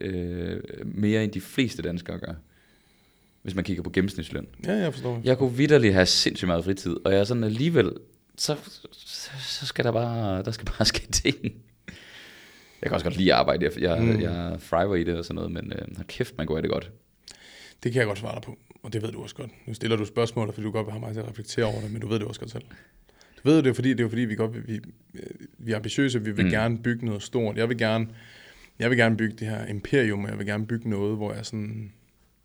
mere end de fleste danskere gør, hvis man kigger på gennemsnitsløn. Ja, jeg forstår. Jeg kunne vitterligt have sindssygt meget fritid, og jeg er sådan alligevel, så skal der skal bare ske ting. Jeg kan også godt lide at arbejde, jeg thriver i det og sådan noget, men kæft, man går af det godt. Det kan jeg godt svare dig på, og det ved du også godt. Nu stiller du spørgsmål, fordi du godt vil have mig til at reflektere over det, men du ved det også godt selv. Du ved det, fordi vi er ambitiøse, vi vil gerne bygge noget stort. Jeg vil gerne bygge det her imperium, og jeg vil gerne bygge noget, hvor jeg sådan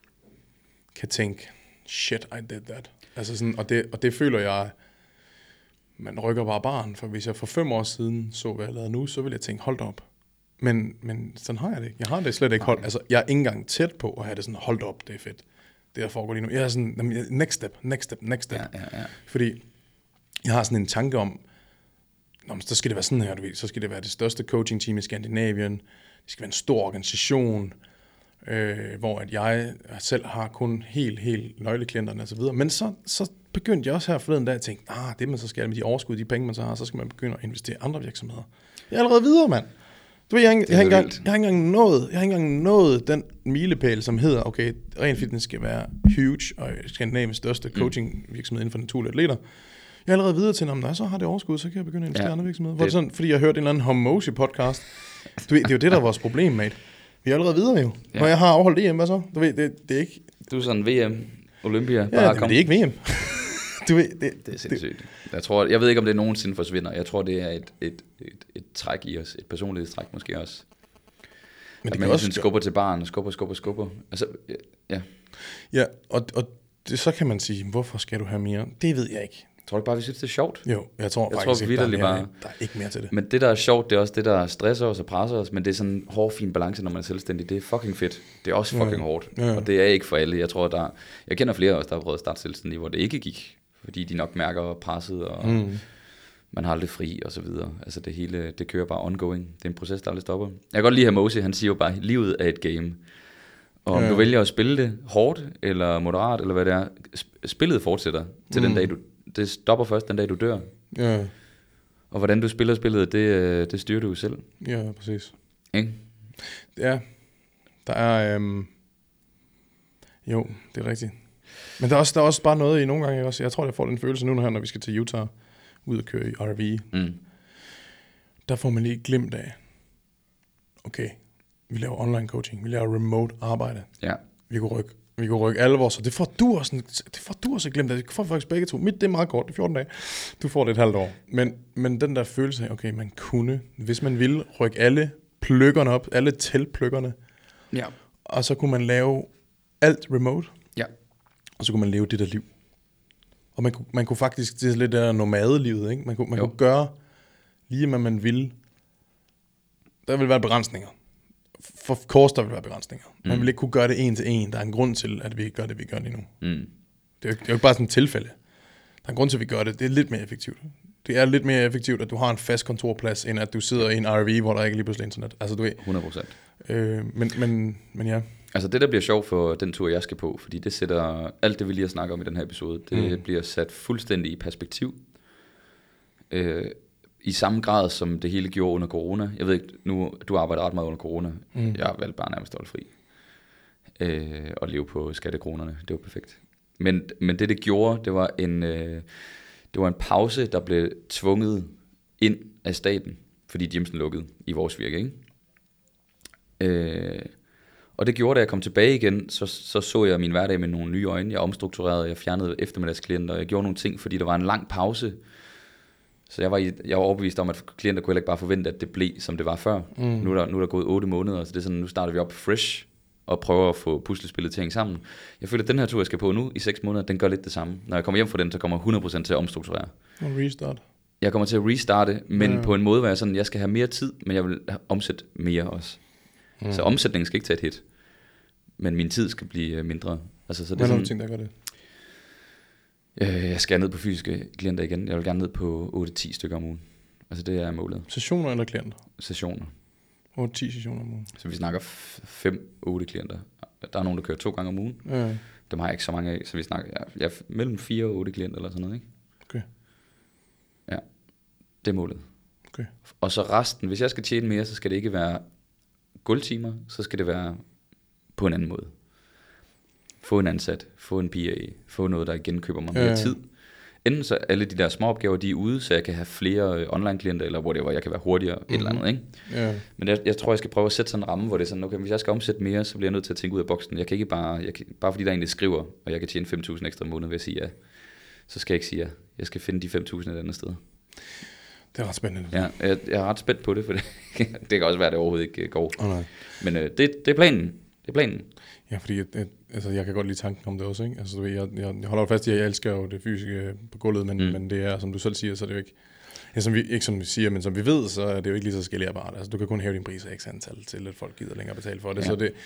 kan tænke, shit, I did that. Altså sådan, og det føler jeg, man rykker bare barn, for hvis jeg for 5 år siden så, hvad jeg lavede nu, så ville jeg tænke, hold op. Men sådan har jeg det ikke. Jeg har det slet ikke holdt. Altså, jeg er ikke engang tæt på at have det sådan, hold op, det er fedt. Det der foregår lige nu. Jeg er sådan, next step. Ja. Fordi jeg har sådan en tanke om, så skal det være sådan her, du ved. Så skal det være det største coaching team i Skandinavien. Det skal være en stor organisation, hvor at jeg selv har kun helt nøgleklienterne og så videre. Men så begyndte jeg også her forleden dag at tænke, det man så skal med de overskud, de penge man så har, så skal man begynde at investere i andre virksomheder. Jeg er allerede videre, mand. Du ved, jeg har ikke engang nået den milepæl, som hedder, okay, Ren Fitness skal være huge, og Skandinaviens største coaching virksomhed inden for naturlige atleter. Jeg er allerede videre til, når så har det overskud, så kan jeg begynde at investere i andre virksomheder. Hvor det sådan, fordi jeg hørte en eller anden Homoshi podcast. Du ved, det er jo det, der er vores problem, mate. Vi er allerede videre jo. Ja. Når jeg har afholdt EM, hvad så? Du ved, det er ikke... Du er sådan VM, Olympia. Ja, det er ikke VM. Du ved, det er sindssygt. Jeg ved ikke, om det nogensinde forsvinder. Jeg tror, det er et træk i os. Et personlighedstræk måske også. Men det man også skubber til barn, skubber. Altså, ja. Ja, og det, så kan man sige, hvorfor skal du have mere? Det ved jeg ikke. Tror du bare, vi synes, det er sjovt? Jo, jeg tror faktisk ikke, der er ikke mere til det. Men det, der er sjovt, det er også det, der stresser os og presser os, men det er sådan en hård, fin balance, når man er selvstændig. Det er fucking fedt. Det er også fucking hårdt. Ja. Og det er ikke for alle. Jeg tror, jeg kender flere af os, der har prøvet at starte selvstændig, hvor det ikke gik, fordi de nok mærker presset, og man har aldrig fri, og så videre. Altså det hele, det kører bare ongoing. Det er en proces, der aldrig stopper. Jeg kan godt lide Mosi, han siger jo bare, livet er et game. Og om du vælger at spille det hårdt, eller moderat, eller hvad det er, spillet fortsætter til den dag, det stopper først den dag, du dør. Ja. Og hvordan du spiller spillet, det styrer du selv. Ja, præcis. Ikke? Ja, der er... Jo, det er rigtigt. Men der er også bare noget i nogle gange, jeg tror, jeg får den følelse nu, når vi skal til Utah, ud og køre i RV. Der får man lige glimt af, okay, vi laver online coaching, vi laver remote arbejde. Ja. Vi kunne rykke alle vores, og det får du også glimt af. Det får faktisk begge to. Mit, det er meget kort, det er 14 dage. Du får det et halvt år. Men den der følelse af, okay, man kunne, hvis man ville, rykke alle pløkkerne op, alle teltpløkkerne, Ja. og så kunne man lave alt remote, Ja. og så kunne man leve det der liv. Og man kunne faktisk, det er lidt det der nomadelivet, ikke? Man kunne gøre lige, hvad man ville. Der vil være begrænsninger. For course, der vil være begrænsninger. Man vil ikke kunne gøre det en til en. Der er en grund til, at vi ikke gør det, vi gør lige nu. Det er jo ikke bare sådan et tilfælde. Der er en grund til, at vi gør det. Det er lidt mere effektivt. Det er lidt mere effektivt, at du har en fast kontorplads, end at du sidder i en RV, hvor der ikke lige pludselig er internet. Altså, du ved. 100%. Men ja. Altså det, der bliver sjovt for den tur, jeg skal på, fordi det sætter alt det, vi lige har snakket om i den her episode, det bliver sat fuldstændig i perspektiv. I samme grad, som det hele gjorde under corona. Jeg ved ikke, nu, du arbejder ret meget under corona. Jeg har valgt bare nærmest holde fri. Og leve på skattekronerne. Det var perfekt. Men det gjorde, det var en pause, der blev tvunget ind af staten, fordi Jimsen lukkede i vores virke, ikke? Og det gjorde, da jeg kom tilbage igen, så jeg min hverdag med nogle nye øjne. Jeg omstrukturerede, jeg fjernede eftermiddagsklienter, og jeg gjorde nogle ting, fordi der var en lang pause. Så jeg var overbevist om, at klienter kunne heller ikke bare forvente, at det blev, som det var før. Nu er der gået 8 måneder, så det er sådan, nu starter vi op fresh, og prøver at få puslespillet til at hænge sammen. Jeg føler, at den her tur, jeg skal på nu, i 6 måneder, den gør lidt det samme. Når jeg kommer hjem fra den, så kommer jeg 100% til at omstrukturere. Og restart. Jeg kommer til at restarte, men på en måde, hvor jeg sådan, jeg skal have mere tid, men jeg vil omsætte mere også. Så omsætningen skal ikke tage et hit, men min tid skal blive mindre. Altså, så det er sådan, ting, der gør det? Jeg skal ned på fysiske klienter igen. Jeg vil gerne ned på 8-10 stykker om ugen. Altså det er målet. Sessioner eller klienter? Sessioner. 8-10 sessioner om ugen. Så vi snakker 5-8 klienter. Der er nogen, der kører 2 gange om ugen. Ja. Dem har jeg ikke så mange af, så vi snakker mellem 4 og 8 klienter eller sådan noget, ikke? Okay. Ja, det er målet. Okay. Og så resten, hvis jeg skal tjene mere, så skal det ikke være guldtimer, så skal det være på en anden måde. Få en ansat, få en PA, få noget, der igen køber mig mere tid. Enten så alle de der små opgaver, de er ude, så jeg kan have flere online-klienter, eller hvor jeg kan være hurtigere, et eller andet, ikke? Ja. Men jeg tror, jeg skal prøve at sætte sådan en ramme, hvor det er sådan, okay, hvis jeg skal omsætte mere, så bliver jeg nødt til at tænke ud af boksen. Jeg kan ikke bare fordi der egentlig skriver, og jeg kan tjene 5.000 ekstra om måneden ved at sige ja, så skal jeg ikke sige ja. Jeg skal finde de 5.000 et andet sted. Det er ret spændende. Ja, jeg er ret spændt på det, for det kan også være, at det overhovedet ikke går. Nej. Men det er planen. Det er planen. Ja, fordi altså, jeg kan godt lide tanken om det også, ikke? Altså, jeg holder jo fast i, at jeg elsker jo det fysiske på gulvet, men det er, som du selv siger, så er det jo ikke... Ja, ikke som vi siger, men som vi ved, så er det jo ikke lige så skalerbart. Altså, du kan kun hæve din pris af x antal til, at folk gider længere betale for det. Ja. Så det...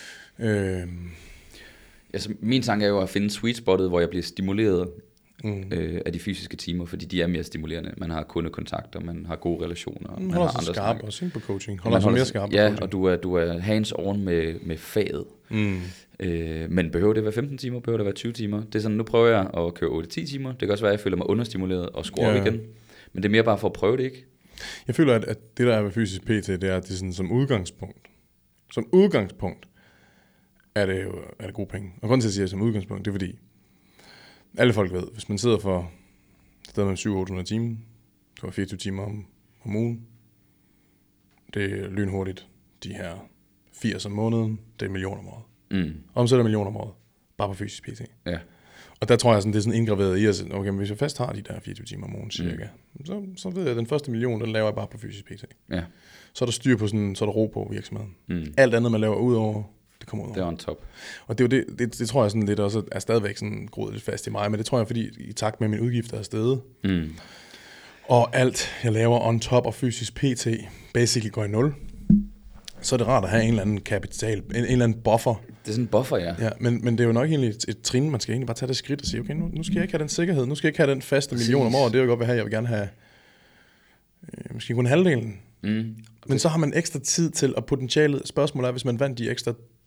Altså, min tanke er jo at finde sweet spottet, hvor jeg bliver stimuleret af de fysiske timer, fordi de er mere stimulerende. Man har kundekontakter, man har gode relationer. Man holder sig skarp også, ikke, på coaching. Holder mere skarp på coaching. Og du er hands-on med faget. Men behøver det være 15 timer? Behøver det være 20 timer? Det er sådan, nu prøver jeg at køre 8-10 timer. Det kan også være, at jeg føler mig understimuleret og skruer op igen. Men det er mere bare for at prøve det, ikke? Jeg føler, at det der er ved fysisk PT, det er sådan som udgangspunkt. Som udgangspunkt er det gode penge. Og grunden til at sige som udgangspunkt, det er fordi, alle folk ved, hvis man sidder for stedet med 700-800 timer, så er 24 timer om ugen, det er lynhurtigt. De her 80 om måneden, det er millioner om året. Omsætter millioner om året, bare på fysisk PT. Ja. Og der tror jeg, sådan, det er sådan indgraveret i, at okay, hvis jeg fast har de der 24 timer om ugen cirka, så ved jeg, at den første million, den laver jeg bare på fysisk PT. Ja. Så er der styr på sådan, så er der ro på virksomheden. Alt andet, man laver ud over, det kommer ud over. Det er on top. Og det er jo det tror jeg sådan lidt også er stadigvæk sådan groet lidt fast i mig, men det tror jeg, fordi i takt med, at mine udgifter er steget, og alt, jeg laver on top og fysisk PT, basically går i 0, så er det rart at have en eller anden kapital, en eller anden buffer. Det er sådan en buffer, ja. Ja, men det er jo nok egentlig et trin, man skal egentlig bare tage det skridt og sige, okay, nu skal jeg ikke have den sikkerhed, nu skal jeg ikke have den faste million om året, det er jo godt være, jeg vil gerne have måske kun halvdelen. Men så har man ekstra tid til, og potentialet, spørgsmålet er, hvis man vandt de ekstra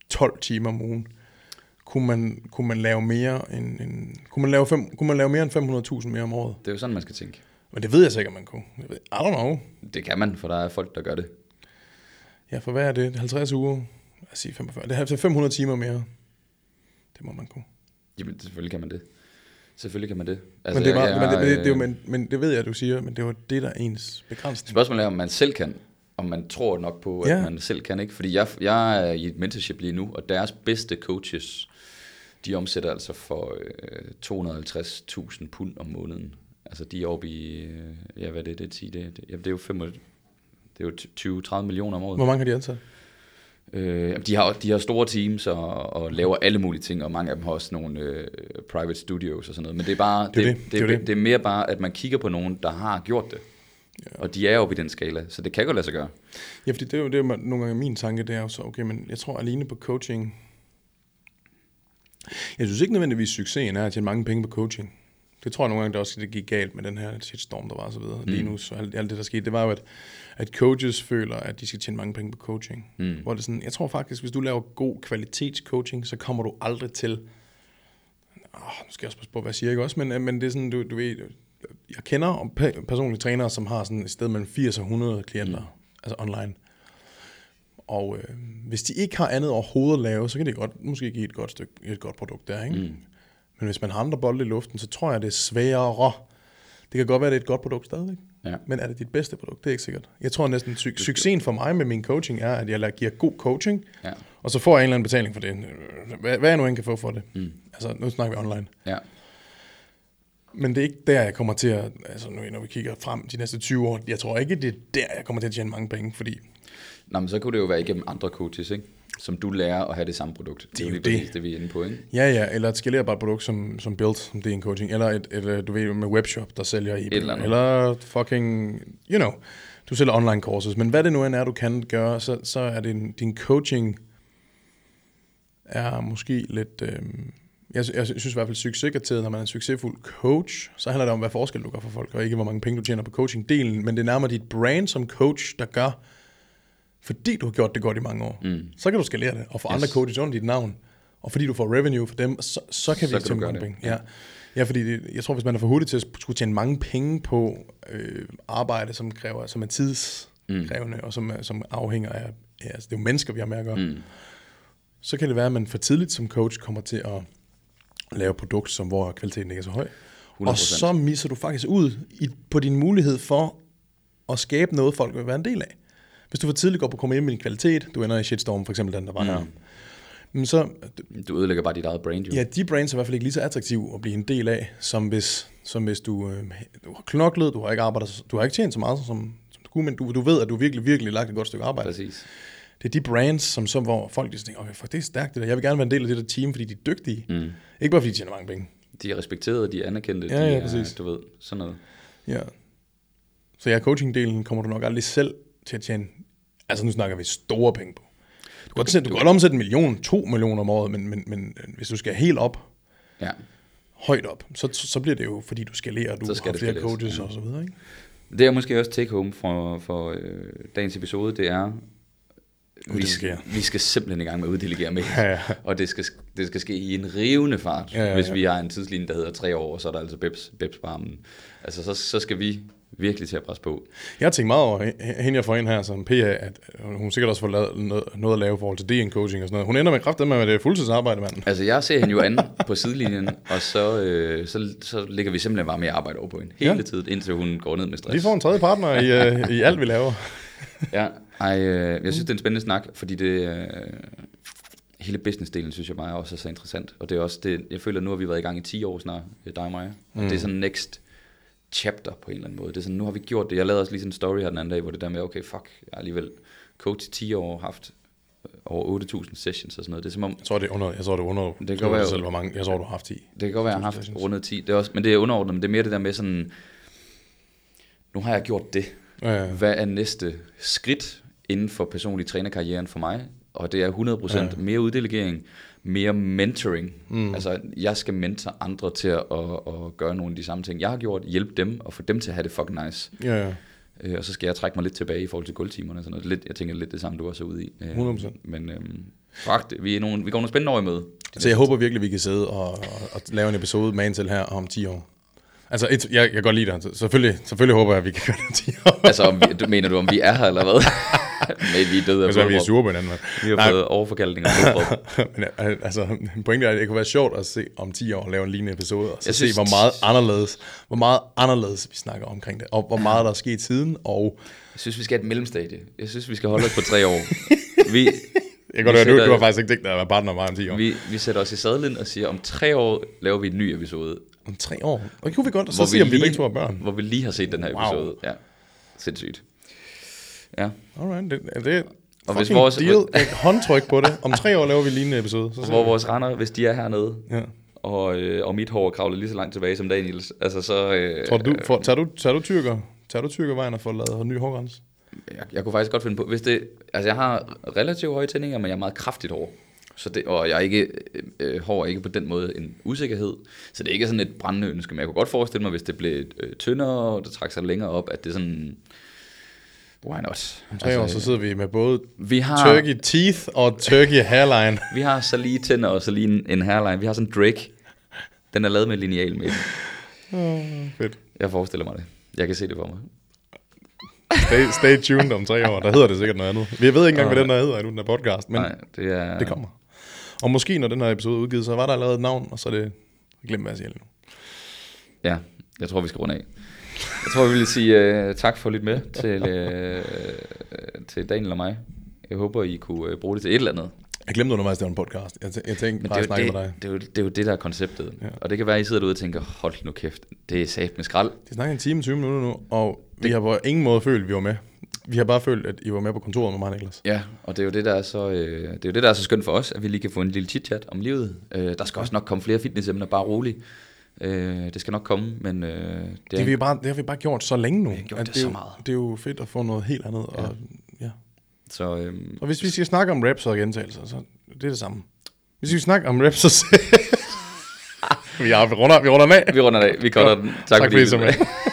12 timer om ugen, kunne man lave mere end kunne man lave mere end 500.000 mere om året? Det er jo sådan, man skal tænke. Men det ved jeg sikkert, man kunne. I don't know. Det kan man, for der er folk, der gør det. Ja, for hvad er det? 50 uger? Jeg siger 45. Det er 500 timer mere. Det må man kunne. Jamen, selvfølgelig kan man det. Selvfølgelig kan man det. Altså, men det ved jeg, du siger, men det var det, der er ens begrænsning. Spørgsmålet er, om man selv kan. Om man tror nok på, at man selv kan, ikke? Fordi jeg er i et mentorship lige nu, og deres bedste coaches, de omsætter altså for 250.000 pund om måneden. Altså de er oppe i, hvad er det, det er jo 20-30 millioner om året. Hvor mange har de ansat? De har store teams og laver alle mulige ting, og mange af dem har også nogle private studios og sådan noget. Men det er bare det er mere bare, at man kigger på nogen, der har gjort det. Ja. Og de er oppe i den skala, så det kan godt lade sig gøre. Ja, fordi det er jo nogle gange min tanke, det er jo så, okay, men jeg tror alene på coaching. Jeg synes ikke nødvendigvis succesen er at tjene mange penge på coaching. Det tror jeg nogle gange, der også det gik galt med den her shitstorm, der var og så videre. Lige nu, så alt det, der skete, det var jo, at coaches føler, at de skal tjene mange penge på coaching. Hvor det sådan, jeg tror faktisk, hvis du laver god kvalitetscoaching, så kommer du aldrig til, nu skal jeg også passe på, hvad jeg siger, ikke også, men det er sådan, du ved, jeg kender personlige trænere, som har sådan et sted mellem 80 og 100 klienter, altså online. Og hvis de ikke har andet overhovedet at lave, så kan det godt måske give et godt produkt der, ikke? Men hvis man har andre bolde i luften, så tror jeg, det er sværere. Det kan godt være, det er et godt produkt stadigvæk. Ja. Men er det dit bedste produkt? Det er ikke sikkert. Jeg tror næsten, succesen for mig med min coaching er, at jeg giver god coaching, og så får jeg en eller anden betaling for det. Hvad jeg nu end kan få for det. Altså, nu snakker vi online. Ja. Men det er ikke der, jeg kommer til at, altså nu, når vi kigger frem de næste 20 år, jeg tror ikke, det er der, jeg kommer til at tjene mange penge, fordi... Nå, men så kunne det jo være igennem andre coaches, ikke? Som du lærer at have det samme produkt. Det er jo det, vi er inde på, ikke? Ja, eller et skalerbart produkt som Build, som det er en coaching, eller et du ved, med webshop, der sælger i, eller fucking, du sælger online courses, men hvad det nu end er, du kan gøre, så er det din coaching er måske lidt... Jeg synes i hvert fald succeskriteriet, når man er en succesfuld coach, så handler det om, hvad forskel du gør for folk, og ikke hvor mange penge du tjener på coaching-delen, men det er nærmere dit brand som coach, der gør, fordi du har gjort det godt i mange år, så kan du skalere det, og få andre coaches under dit navn, og fordi du får revenue for dem, så kan vi tjene mange penge. Ja, fordi jeg tror, hvis man er for hurtig til at skulle tjene mange penge på arbejde, som er tidskrævende, og som afhænger af, altså det er jo mennesker, vi har med at gøre, så kan det være, at man for tidligt som coach kommer til at lave produkt, hvor kvaliteten ikke er så høj. 100%. Og så misser du faktisk ud på din mulighed for at skabe noget, folk vil være en del af. Hvis du for tidligt går på at komme ind med din kvalitet, du ender i shitstorm, for eksempel den, der var her. Men så, du ødelægger bare dit eget brand, jo. Ja, de brands er i hvert fald ikke lige så attraktive at blive en del af, som hvis du har knoklet, du har ikke arbejdet, du har ikke tjent så meget, som du kunne, men du ved, at du virkelig, virkelig lagt et godt stykke arbejde. Præcis. Det er de brands, hvor folk tænker, okay, fuck, det er stærkt det der. Jeg vil gerne være en del af det der team, fordi de er dygtige. Ikke bare fordi de tjener mange penge. De er respekterede, de er anerkendte, ja, præcis. Du ved, sådan noget. Ja. Så coaching-delen kommer du nok aldrig selv til at tjene. Altså nu snakker vi store penge på. Du kan godt omsætte 1 million, 2 millioner om året, men hvis du skal helt op, højt op, så bliver det jo, fordi du skalerer, du har flere coaches og så videre, ikke? Det er måske også take home for dagens episode, det er, vi skal simpelthen i gang med at uddelegere mere, og det skal ske i en rivende fart, hvis vi har en tidslinje, der hedder 3 år, så er der altså Beps på armen. Altså så skal vi virkelig til at presse på. Jeg har tænkt meget over, hende jeg får ind her som PA, at hun sikkert også får lavet noget at lave i forhold til DN-coaching og sådan noget. Hun ender med kraft med det fuldtidsarbejde, mand. Altså jeg ser hende jo an på sidelinjen, og så lægger vi simpelthen bare mere arbejde over på hende hele tiden, indtil hun går ned med stress. Vi får en tredje partner i alt, vi laver. Jeg synes, det er en spændende snak, fordi hele business-delen synes jeg bare også er så interessant. Og det er også det, jeg føler, at nu har vi været i gang i 10 år snart, dig og mig. Og det er sådan next chapter på en eller anden måde. Det er sådan, nu har vi gjort det. Jeg lavede også lige sådan en story her den anden dag, hvor det der med, okay, fuck, jeg har alligevel coach i 10 år, haft over 8.000 sessions og sådan noget. Det er som om... Jeg tror, det er under. Det kan være, selv, hvor mange. Jeg tror, du har haft 10. Det kan godt være, jeg har haft rundet 10. Det er også, men det er underordnet, men det er mere det der med sådan, nu har jeg gjort det. Ja. Hvad er næste skridt inden for personlig trænerkarrieren for mig? Og det er 100% mere uddelegering, mere mentoring. Altså, jeg skal mentor andre til at gøre nogle af de samme ting, jeg har gjort, hjælpe dem og få dem til at have det fucking nice. Ja. Og så skal jeg trække mig lidt tilbage i forhold til gulvtimerne og sådan noget. Jeg tænker lidt det samme, du også er ude i. 100%. Men Fuck det. Vi går nogle spændende år i møde. Så jeg håber virkelig, vi kan sidde og lave en episode med en til her om 10 år. Altså, jeg kan godt lide det. Selvfølgelig håber jeg, at vi kan gøre det om 10 år. Altså, mener du, om vi er her, eller hvad? Men vi er døde af blodprop. Vi er sure på hinanden. Vi har fået overforkaldninger af blodprop. Men altså, pointen er, at det kunne være sjovt at se om 10 år lave en lignende episode, og så se, synes, hvor meget anderledes vi snakker omkring det, og hvor meget der er sket siden. Og jeg synes, vi skal have et mellemstadie. Jeg synes, vi skal holde os på 3 år. Jeg kan godt høre, du har faktisk ikke tænkt dig at være partner med om 10 år. Vi sætter os i sadlen og siger, om 3 år laver vi en ny episode. Om 3 år? Og det kunne vi godt, og så se, om vi begge to er børn. Hvor vi lige har set den her episode. Wow. Ja, sindssygt. Ja. Alright, det og hvis vores deal, et håndtryk på det. Om 3 år laver vi lignende episode. Så hvor vores render, hvis de er hernede, ja. og mit hår kravler lige så langt tilbage som Daniels, altså så... Tager du tyrkervejen og får lavet ny hårgrænse? Jeg kunne faktisk godt finde på, hvis det... Altså jeg har relativt høje tændinger, men jeg har meget kraftigt hår. Så det, og jeg er ikke, hår er ikke på den måde en usikkerhed. Så det er ikke sådan et brændende ønske, men jeg kunne godt forestille mig, hvis det blev tyndere, og det trækker sig længere op, at det er sådan... Why not? Om 3 år, så sidder vi med både turkey teeth og turkey hairline. Vi har så lige tænder og så lige en hairline. Vi har sådan en Drake. Den er lavet med lineal med. Fedt. Jeg forestiller mig det. Jeg kan se det for mig. Stay tuned om 3 år. Der hedder det sikkert noget andet. Vi ved ikke engang, hvad den der hedder endnu, den der podcast. Men nej, det kommer. Og måske, når den her episode er udgivet, så var der allerede et navn, og så er det... Glem, hvad jeg siger nu. Ja, jeg tror, vi skal runde af. Jeg tror, vi vil sige tak for at lytte med til Daniel og mig. Jeg håber, I kunne bruge det til et eller andet. Jeg glemte undervejs, det var en podcast. Jeg tænkte bare at snakke med dig. Det er jo det, der er konceptet. Ja. Og det kan være, at I sidder derude og tænker, hold nu kæft, det er sat med skrald. Det snakker en time, 20 minutter nu, og vi har på ingen måde følt, at vi var med. Vi har bare følt, at I var med på kontoret med mig, Niklas. Ja, og det er jo det, der er så, det er så skønt for os, at vi lige kan få en lille chit-chat om livet. Der skal også nok komme flere fitnessemner, bare roligt. Det skal nok komme, men det har vi bare gjort så længe nu. Vi har gjort det så meget. Det er jo fedt at få noget helt andet. Ja. Og, ja. Så, og hvis vi skal snakke om raps og gentagelser, så det er det samme. Hvis vi snakker om raps, så vi runder den af. Vi runder den af. Vi cutter den. Tak fordi I så med.